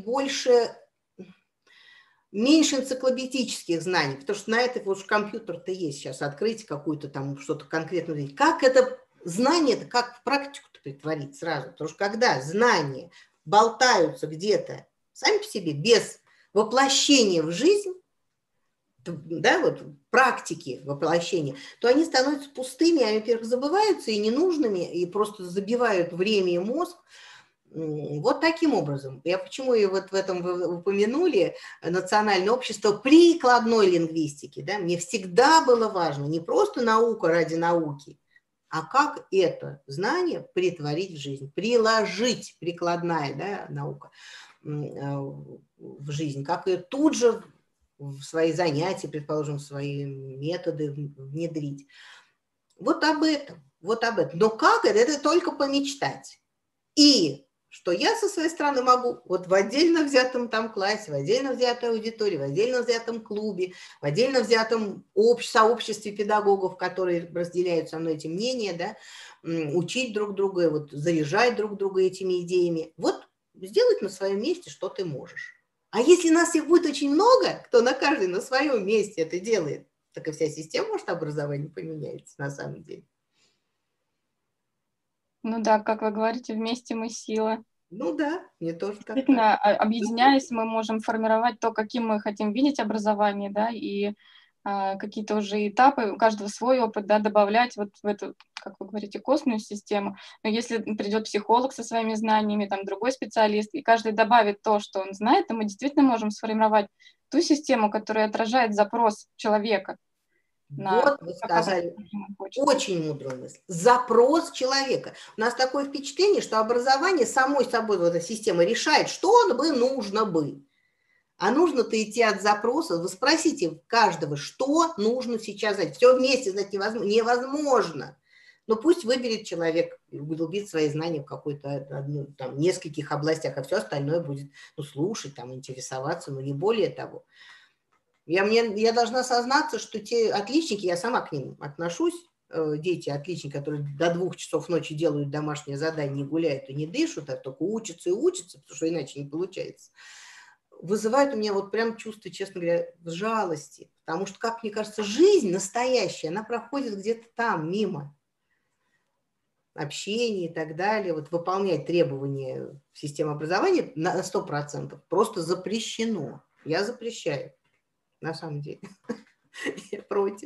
меньше энциклопедических знаний, потому что на это вот компьютер-то есть сейчас, открыть какую-то там что-то конкретное. Как это знание, это как в практику-то притворить сразу? Потому что когда знания болтаются где-то сами по себе, без воплощения в жизнь, да, вот практики воплощения, то они становятся пустыми, они, во-первых, забываются и ненужными, и просто забивают время и мозг. Вот таким образом. Я почему и вот в этом вы упомянули Национальное общество прикладной лингвистики. Да? Мне всегда было важно не просто наука ради науки, а как это знание претворить в жизнь, приложить, прикладная, да, наука в жизнь, как ее тут же в свои занятия, предположим, в свои методы внедрить. Вот об этом, вот об этом. Но как это? Это только помечтать. И что я со своей стороны могу вот в отдельно взятом там классе, в отдельно взятой аудитории, в отдельно взятом клубе, в отдельно взятом сообществе педагогов, которые разделяют со мной эти мнения, да, учить друг друга, вот, заряжать друг друга этими идеями. Вот сделать на своем месте, что ты можешь. А если нас их будет очень много, кто на каждый на своем месте это делает, так и вся система, может, образования поменяется на самом деле. Ну да, как вы говорите, вместе мы сила. Ну да, мне тоже так. Действительно, объединяясь, мы можем формировать то, каким мы хотим видеть образование, да, и какие-то уже этапы, у каждого свой опыт, да, добавлять вот в эту, как вы говорите, костную систему. Но если придет психолог со своими знаниями, там другой специалист, и каждый добавит то, что он знает, то мы действительно можем сформировать ту систему, которая отражает запрос человека. на Вот вы как сказали образование почвы. очень мудрую мысль. Запрос человека. У нас такое впечатление, что образование самой собой, вот эта система решает, что бы нужно бы. А нужно-то идти от запроса. Вы спросите каждого, что нужно сейчас знать. Все вместе знать невозможно. Но пусть выберет человек и углубит свои знания в какой-то там, нескольких областях, а все остальное будет слушать, там, интересоваться, но не более того. Я должна сознаться, что те отличники, я сама к ним отношусь, дети отличники, которые до 2 часов ночи делают домашнее задание, не гуляют и не дышат, а только учатся и учатся, потому что иначе не получается, вызывают у меня вот прям чувство, честно говоря, жалости. Потому что, как мне кажется, жизнь настоящая, она проходит где-то там, мимо общения и так далее. Вот выполнять требования системы образования на 100% просто запрещено. Я запрещаю. На самом деле. Я против.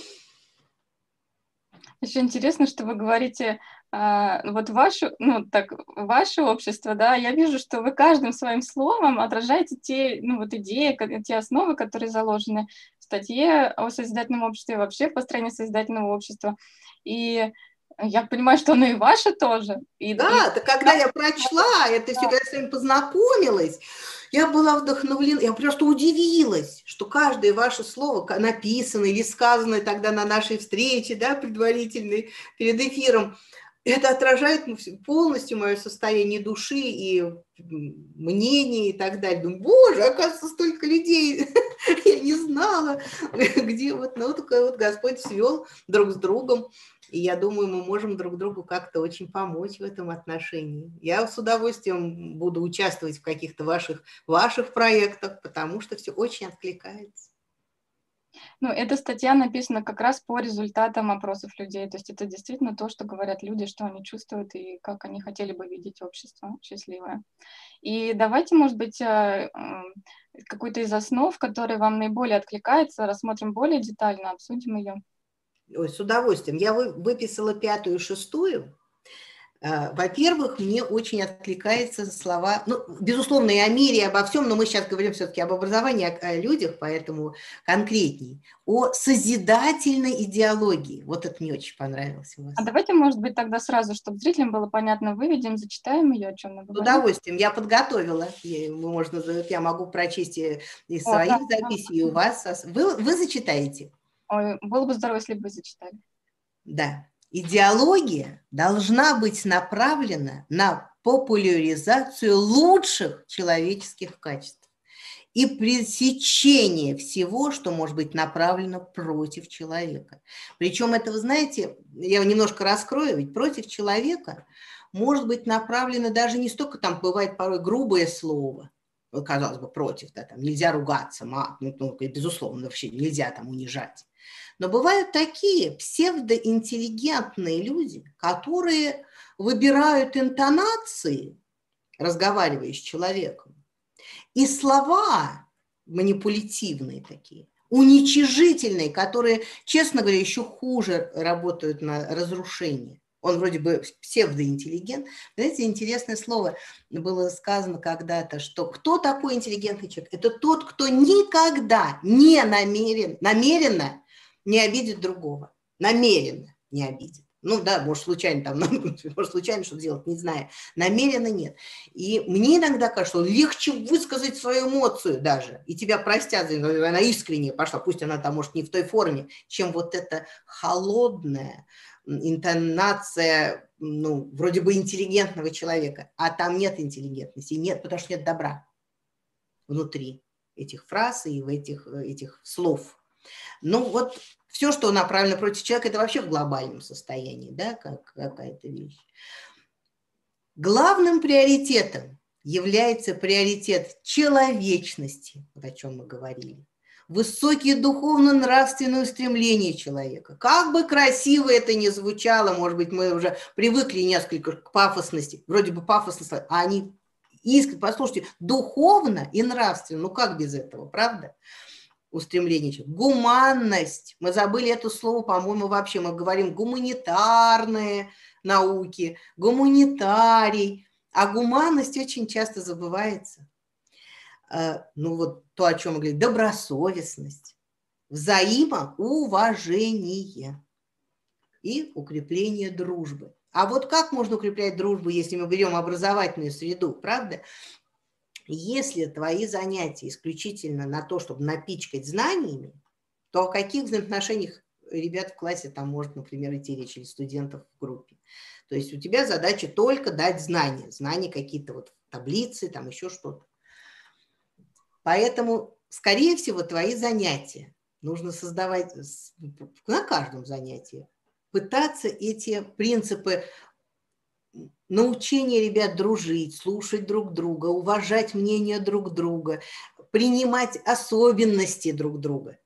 Еще интересно, что вы говорите, вот ваше общество, да, я вижу, что вы каждым своим словом отражаете те, идеи, те основы, которые заложены в статье о созидательном обществе, вообще в построении созидательного общества. И я понимаю, что оно и ваше тоже. Да, это когда я прочла это все, когда я с вами познакомилась, я была вдохновлена, я просто удивилась, что каждое ваше слово, написанное или сказанное тогда на нашей встрече, да, предварительной, перед эфиром, это отражает полностью мое состояние души и мнение и так далее. Думаю, боже, оказывается, столько людей, я не знала, где такой вот Господь свел друг с другом. И я думаю, мы можем друг другу как-то очень помочь в этом отношении. Я с удовольствием буду участвовать в каких-то ваших проектах, потому что все очень откликается. Эта статья написана как раз по результатам опросов людей. То есть это действительно то, что говорят люди, что они чувствуют и как они хотели бы видеть общество счастливое. И давайте, может быть, какую-то из основ, которая вам наиболее откликается, рассмотрим более детально, обсудим ее. Ой, с удовольствием. Я выписала 5-ю и 6-ю. Во-первых, мне очень откликаются слова, безусловно, и о мире, и обо всем, но мы сейчас говорим все-таки об образовании, о людях, поэтому конкретней. О созидательной идеологии. Вот это мне очень понравилось у вас. А давайте, может быть, тогда сразу, чтобы зрителям было понятно, выведем, зачитаем ее, о чем мы говорим. С удовольствием. Я подготовила. Я могу прочесть из своих записей, и у вас. Вы зачитаете? Ой, было бы здорово, если бы вы зачитали. Да. Идеология должна быть направлена на популяризацию лучших человеческих качеств и пресечение всего, что может быть направлено против человека. Причем это, вы знаете, я немножко раскрою, ведь против человека может быть направлено даже не столько, там бывает порой грубое слово, казалось бы, против, да, там нельзя ругаться, безусловно, вообще нельзя там унижать. Но бывают такие псевдоинтеллигентные люди, которые выбирают интонации, разговаривая с человеком, и слова манипулятивные такие, уничижительные, которые, честно говоря, еще хуже работают на разрушение. Он вроде бы псевдоинтеллигент. Знаете, интересное слово было сказано когда-то, что кто такой интеллигентный человек? Это тот, кто никогда не намеренно не обидит другого. Намеренно не обидит. Может, случайно что-то делать, не знаю. Намеренно нет. И мне иногда кажется, что легче высказать свою эмоцию даже, и тебя простят, она искренне пошла, пусть она там, может, не в той форме, чем вот эта холодная интонация, вроде бы интеллигентного человека, а там нет интеллигентности, нет, потому что нет добра внутри этих фраз и в этих слов. Все, что направлено против человека, это вообще в глобальном состоянии, да, как какая-то вещь. Главным приоритетом является приоритет человечности, о чем мы говорили. Высокие духовно-нравственные устремления человека. Как бы красиво это ни звучало, может быть, мы уже привыкли несколько к пафосности, вроде бы пафосности, а они искренне, послушайте, духовно и нравственно, как без этого, правда? Устремление человека. Гуманность. Мы забыли это слово, по-моему, вообще. Мы говорим гуманитарные науки, гуманитарий. А гуманность очень часто забывается. То, о чем мы говорим, добросовестность. взаимоуважение и укрепление дружбы. А вот как можно укреплять дружбу, если мы берем образовательную среду, правда? Если твои занятия исключительно на то, чтобы напичкать знаниями, то о каких взаимоотношениях ребят в классе там может, например, идти речь, или студентов в группе? То есть у тебя задача только дать знания, знания какие-то вот таблицы, там еще что-то. Поэтому, скорее всего, твои занятия нужно создавать на каждом занятии, пытаться эти принципы научения ребят дружить, слушать друг друга, уважать мнение друг друга, принимать особенности друг друга.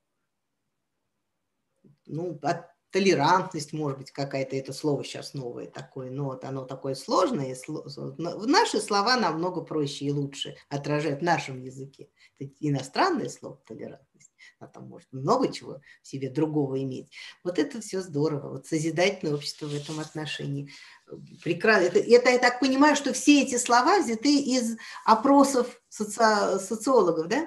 Ну, толерантность, может быть, какая-то, это слово сейчас новое такое, но вот оно такое сложное. Наши слова намного проще и лучше отражают в нашем языке. Это иностранное слово толерантность, а там может много чего в себе другого иметь. Вот это все здорово. Вот созидательное общество в этом отношении. Прекрасно. Это, я так понимаю, что все эти слова взяты из опросов социологов, да?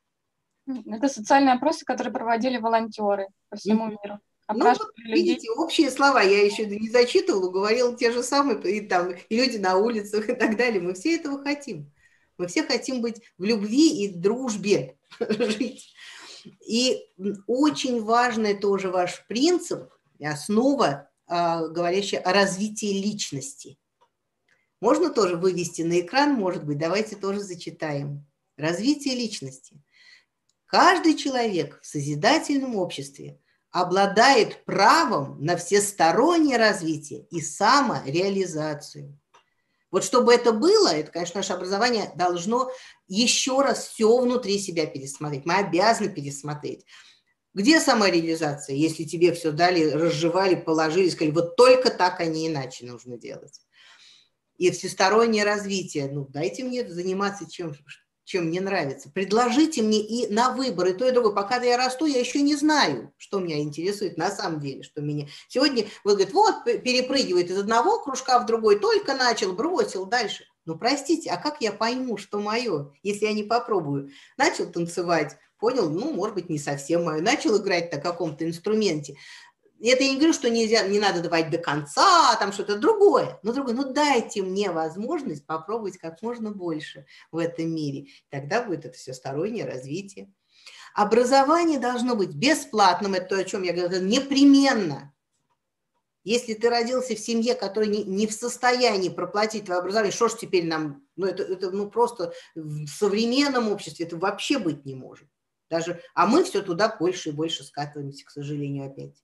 Это социальные опросы, которые проводили волонтеры по всему миру. Ну, вот, видите, общие слова я еще не зачитывала, говорила те же самые, и там и люди на улицах и так далее. Мы все этого хотим. Мы все хотим быть в любви и дружбе жить. И очень важный тоже ваш принцип, основа, говорящая о развитии личности. Можно тоже вывести на экран, может быть, давайте тоже зачитаем. Развитие личности. Каждый человек в созидательном обществе обладает правом на всестороннее развитие и самореализацию. Вот чтобы это было, это, конечно, наше образование должно еще раз все внутри себя пересмотреть. Мы обязаны пересмотреть. Где самореализация, если тебе все дали, разжевали, положили, сказали, вот только так, а не иначе нужно делать. И всестороннее развитие. Ну, дайте мне заниматься чем мне нравится. Предложите мне и на выбор, и то, и другое. Пока я расту, я еще не знаю, что меня интересует на самом деле. Что меня... Сегодня вот говорит, вот перепрыгивает из одного кружка в другой, только начал, бросил дальше. Ну, простите, а как я пойму, что мое, если я не попробую? Начал танцевать, понял, ну, может быть, не совсем мое. Начал играть на каком-то инструменте. Это я не говорю, что нельзя, не надо давать до конца, там что-то другое. Но дайте мне возможность попробовать как можно больше в этом мире. Тогда будет это всестороннее развитие. Образование должно быть бесплатным, это то, о чем я говорила, непременно. Если ты родился в семье, которая не в состоянии проплатить твое образование, что ж теперь нам, это просто в современном обществе это вообще быть не может. Даже, а мы все туда больше и больше скатываемся, к сожалению, опять.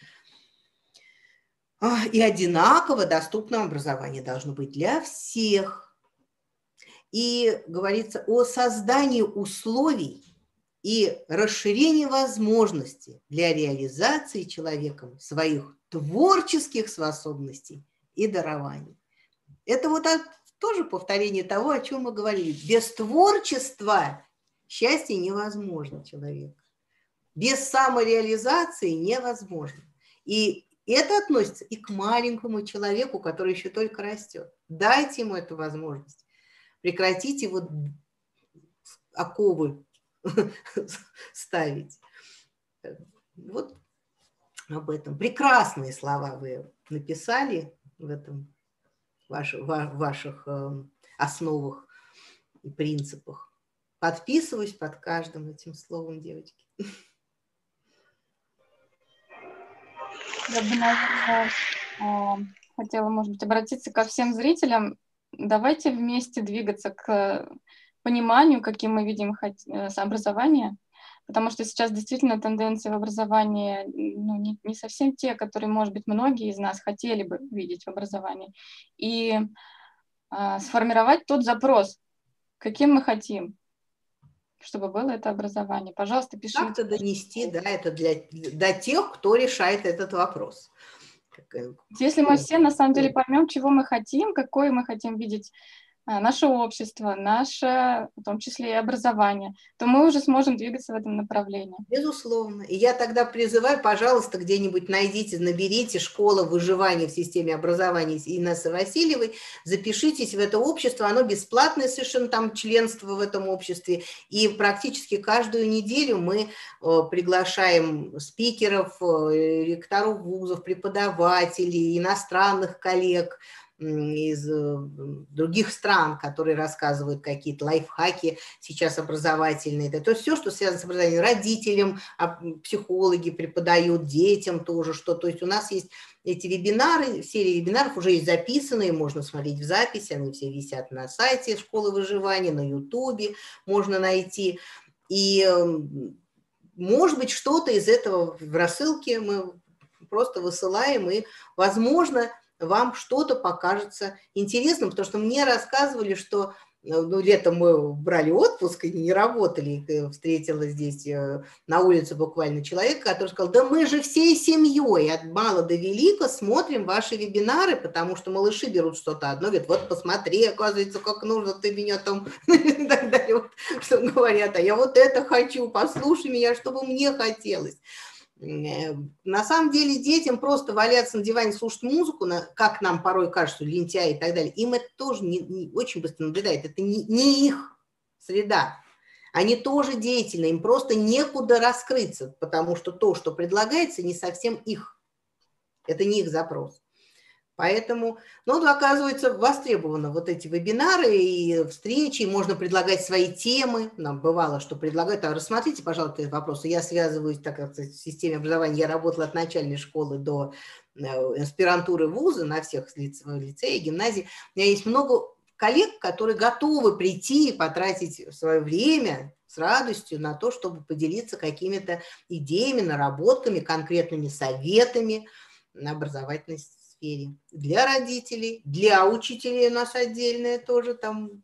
И одинаково доступное образование должно быть для всех. И говорится о создании условий и расширении возможностей для реализации человеком своих творческих способностей и дарований. Это вот тоже повторение того, о чем мы говорили. Без творчества счастье невозможно человеку. Без самореализации невозможно. И это относится и к маленькому человеку, который еще только растет. Дайте ему эту возможность. Прекратите вот оковы ставить. Вот об этом. Прекрасные слова вы написали в этом, в ваших основах и принципах. Подписываюсь под каждым этим словом, девочки. Я бы, наверное, хотела, может быть, обратиться ко всем зрителям. Давайте вместе двигаться к пониманию, каким мы видим образование, потому что сейчас действительно тенденции в образовании не совсем те, которые, может быть, многие из нас хотели бы видеть в образовании. И сформировать тот запрос, каким мы хотим, чтобы было это образование. Пожалуйста, пишите. Как-то донести, да, это для тех, кто решает этот вопрос. Если мы все на самом деле поймем, чего мы хотим, какой мы хотим видеть наше общество, наше, в том числе и образование, то мы уже сможем двигаться в этом направлении. Безусловно. И я тогда призываю, пожалуйста, где-нибудь найдите, наберите «Школа выживания в системе образования» Инессы Васильевой, запишитесь в это общество, оно бесплатное совершенно, там членство в этом обществе, и практически каждую неделю мы приглашаем спикеров, ректоров вузов, преподавателей, иностранных коллег из других стран, которые рассказывают какие-то лайфхаки сейчас образовательные. То есть все, что связано с образованием, родителям, психологи преподают, детям тоже что. То есть у нас есть эти вебинары, серия вебинаров уже есть записанные, можно смотреть в записи, они все висят на сайте Школы выживания, на Ютубе можно найти. И может быть что-то из этого в рассылке мы просто высылаем, и, возможно, вам что-то покажется интересным, потому что мне рассказывали, что летом мы брали отпуск и не работали, встретила здесь на улице буквально человека, который сказал: да мы же всей семьей от мала до велика смотрим ваши вебинары, потому что малыши берут что-то одно, говорят: вот посмотри, оказывается, как нужно, ты меня там и так далее, вот, что говорят, а я вот это хочу, послушай меня, чтобы мне хотелось. На самом деле детям просто валяться на диване, слушать музыку, как нам порой кажется, лентяи и так далее, им это тоже не очень быстро надоедает. Это не их среда. Они тоже деятельны, им просто некуда раскрыться, потому что то, что предлагается, не совсем их. Это не их запрос. Поэтому, ну, оказывается, востребованы вот эти вебинары и встречи, можно предлагать свои темы. Нам бывало, что предлагают. А рассмотрите, пожалуйста, этот вопрос. Я связываюсь, так как в системе образования я работала от начальной школы до аспирантуры вуза на всех лицеях, гимназии. У меня есть много коллег, которые готовы прийти и потратить свое время с радостью на то, чтобы поделиться какими-то идеями, наработками, конкретными советами на образовательной сфере. Для родителей, для учителей у нас отдельные тоже там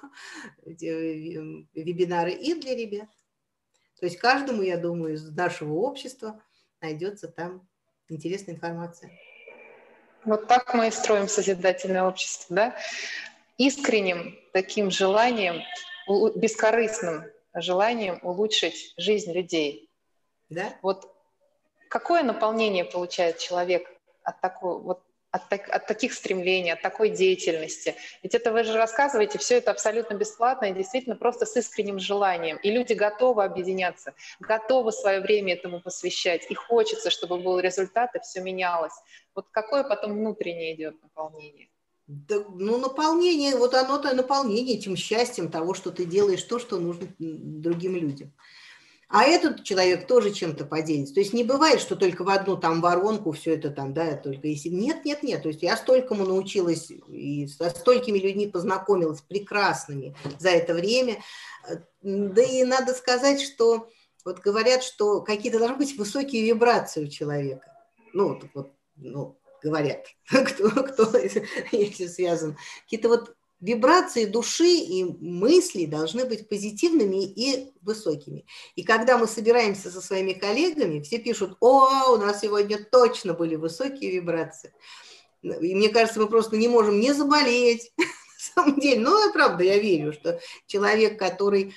вебинары, и для ребят. То есть каждому, я думаю, из нашего общества найдется там интересная информация. Вот так мы и строим созидательное общество, да? Искренним таким желанием, бескорыстным желанием улучшить жизнь людей. Да? Вот какое наполнение получает человек от такой, вот, от таких стремлений, от такой деятельности? Ведь это вы же рассказываете, все это абсолютно бесплатно и действительно просто с искренним желанием. И люди готовы объединяться, готовы свое время этому посвящать. И хочется, чтобы был результат, и все менялось. Вот какое потом внутреннее идет наполнение? Да, ну, наполнение, вот оно-то наполнение этим счастьем того, что ты делаешь то, что нужно другим людям. А этот человек тоже чем-то поделится. То есть не бывает, что только в одну там воронку все это там, да, только если... Нет. То есть я столькому научилась и со столькими людьми познакомилась, прекрасными за это время. Да и надо сказать, что вот говорят, что какие-то должны быть высокие вибрации у человека. Ну, говорят, кто если связан. Какие-то вот вибрации души и мысли должны быть позитивными и высокими. И когда мы собираемся со своими коллегами, все пишут: о, у нас сегодня точно были высокие вибрации. И мне кажется, мы просто не можем не заболеть. На самом деле, ну, правда, я верю, что человек, который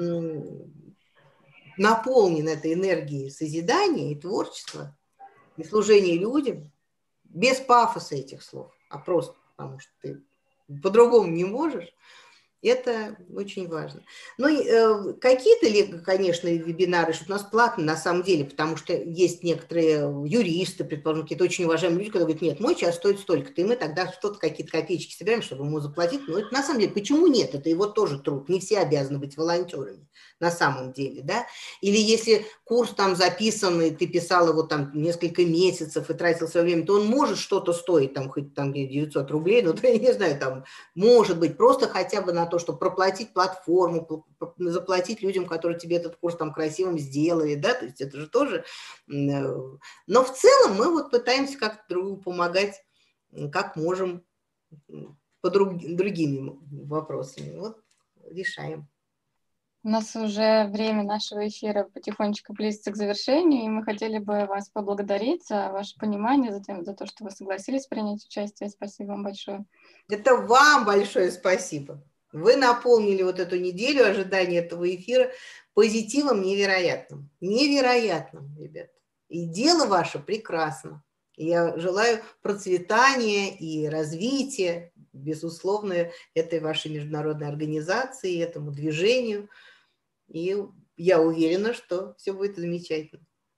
наполнен этой энергией созидания и творчества, и служения людям, без пафоса этих слов, а просто потому что ты по-другому не можешь, это очень важно. Ну, какие-то, конечно, вебинары, что у нас платно на самом деле, потому что есть некоторые юристы, предположим, какие-то очень уважаемые люди, которые говорят: нет, мой час стоит столько-то, и мы тогда что-то, какие-то копеечки собираем, чтобы ему заплатить. Но это на самом деле, почему нет? Это его тоже труд. Не все обязаны быть волонтерами на самом деле, да? Или если курс там записан, и ты писал его там несколько месяцев и тратил свое время, то он может что-то стоить, там, хоть там 900 рублей, ну, я не знаю, там, может быть, просто хотя бы на то, чтобы проплатить платформу, заплатить людям, которые тебе этот курс там красивым сделали, да, то есть это же тоже... Но в целом мы вот пытаемся как-то друг другу помогать, как можем, по другими вопросами. Вот решаем. У нас уже время нашего эфира потихонечку близится к завершению, и мы хотели бы вас поблагодарить за ваше понимание, за то, что вы согласились принять участие. Спасибо вам большое. Это вам большое спасибо. Вы наполнили вот эту неделю ожидания этого эфира позитивом невероятным. Невероятным, ребят. И дело ваше прекрасно. Я желаю процветания и развития, безусловно, этой вашей международной организации, этому движению. И я уверена, что все будет замечательно.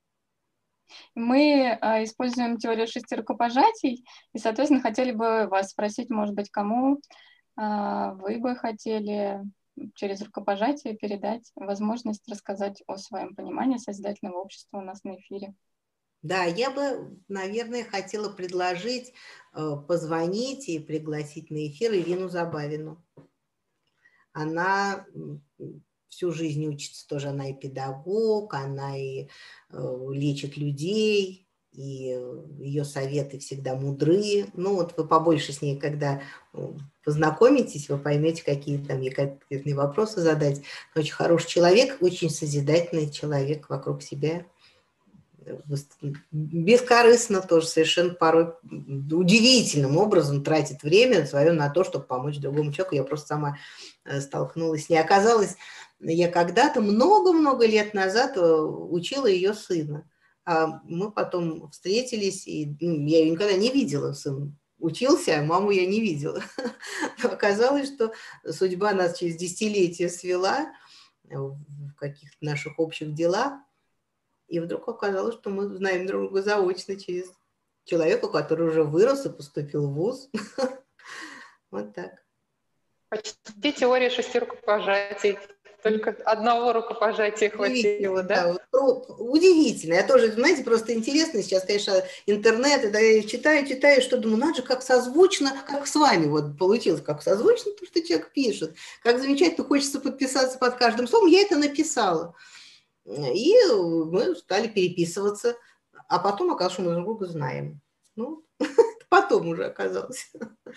Мы используем теорию 6 рукопожатий, и, соответственно, хотели бы вас спросить, может быть, кому вы бы хотели через рукопожатие передать возможность рассказать о своем понимании созидательного общества у нас на эфире. Да, я бы, наверное, хотела предложить позвонить и пригласить на эфир Ирину Забавину. Она всю жизнь учится тоже, она и педагог, она и лечит людей, и ее советы всегда мудрые. Ну вот вы побольше с ней, когда познакомитесь, вы поймете, какие там ей конкретные вопросы задать. Очень хороший человек, очень созидательный человек вокруг себя. Бескорыстно тоже совершенно порой удивительным образом тратит время свое на то, чтобы помочь другому человеку. Я просто сама столкнулась с ней. Оказалось, я когда-то много-много лет назад учила ее сына. А мы потом встретились, и я ее никогда не видела. Сын учился, а маму я не видела. Но оказалось, что судьба нас через десятилетия свела в каких-то наших общих делах. И вдруг оказалось, что мы знаем друг друга заочно через человека, который уже вырос и поступил в вуз. Вот так. Почти теория 6 рукопожатий. Только одного рукопожатия хватило, да? Удивительно. Я тоже, знаете, просто интересно. Сейчас, конечно, интернет, это я читаю, что думаю, надо же, как созвучно, как с вами вот получилось, как созвучно то, что человек пишет. Как замечательно, хочется подписаться под каждым словом. Я это написала. И мы стали переписываться. А потом оказалось, что мы друг друга знаем. Ну, потом уже оказалось.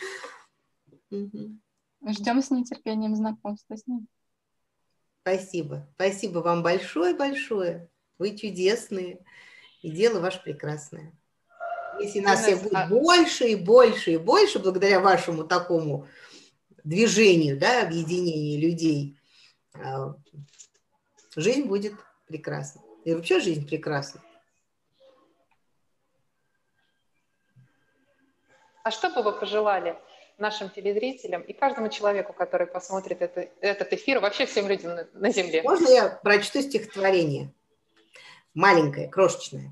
Ждем с нетерпением знакомства с ним. Спасибо. Спасибо вам большое-большое. Вы чудесные. И дело ваше прекрасное. Если нас всех будет больше и больше и больше, благодаря вашему такому движению, да, объединению людей, жизнь будет прекрасна. И вообще жизнь прекрасна. А что бы вы пожелали нашим телезрителям и каждому человеку, который посмотрит этот эфир, вообще всем людям на Земле? Можно я прочту стихотворение? Маленькое, крошечное.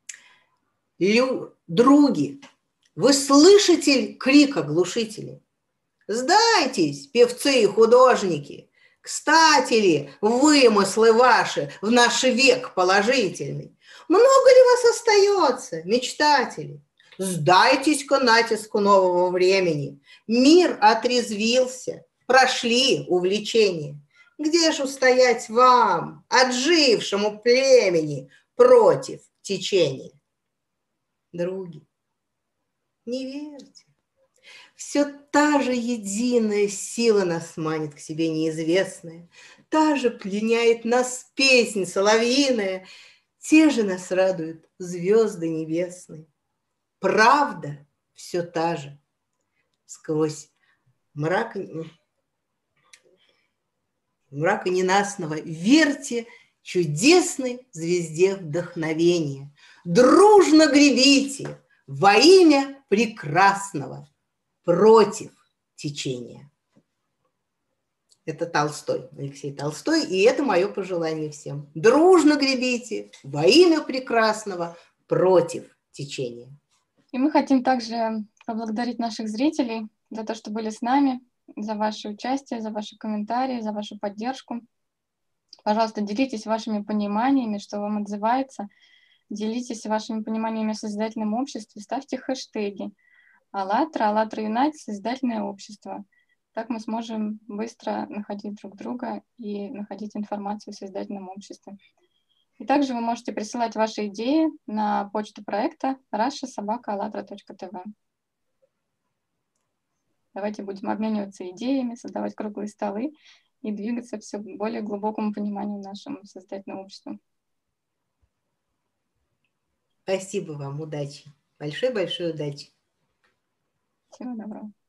Други, вы слышите крик оглушителей? Сдайтесь, певцы и художники. Кстати ли вымыслы ваши в наш век положительный? Много ли вас остается, мечтателей? Сдайтесь-ка натиску нового времени. Мир отрезвился, прошли увлечения. Где же устоять вам, отжившему племени, против течения? Други, не верьте. Все та же единая сила нас манит к себе неизвестная, та же пленяет нас песнь соловьиная, те же нас радуют звезды небесные. Правда все та же. Сквозь мрака ненастного верьте чудесной звезде вдохновения. Дружно гребите во имя прекрасного против течения. Это Толстой, Алексей Толстой, и это мое пожелание всем. Дружно гребите во имя прекрасного против течения. И мы хотим также поблагодарить наших зрителей за то, что были с нами, за ваше участие, за ваши комментарии, за вашу поддержку. Пожалуйста, делитесь вашими пониманиями, что вам отзывается. Делитесь вашими пониманиями о созидательном обществе, ставьте хэштеги АЛЛАТРА, АЛЛАТРА Юнайт, Созидательное общество. Так мы сможем быстро находить друг друга и находить информацию о созидательном обществе. И также вы можете присылать ваши идеи на почту проекта rasha@allatra.tv. Давайте будем обмениваться идеями, создавать круглые столы и двигаться все к более глубокому пониманию нашему создательному обществу. Спасибо вам, удачи. Большой-большой удачи. Всего доброго.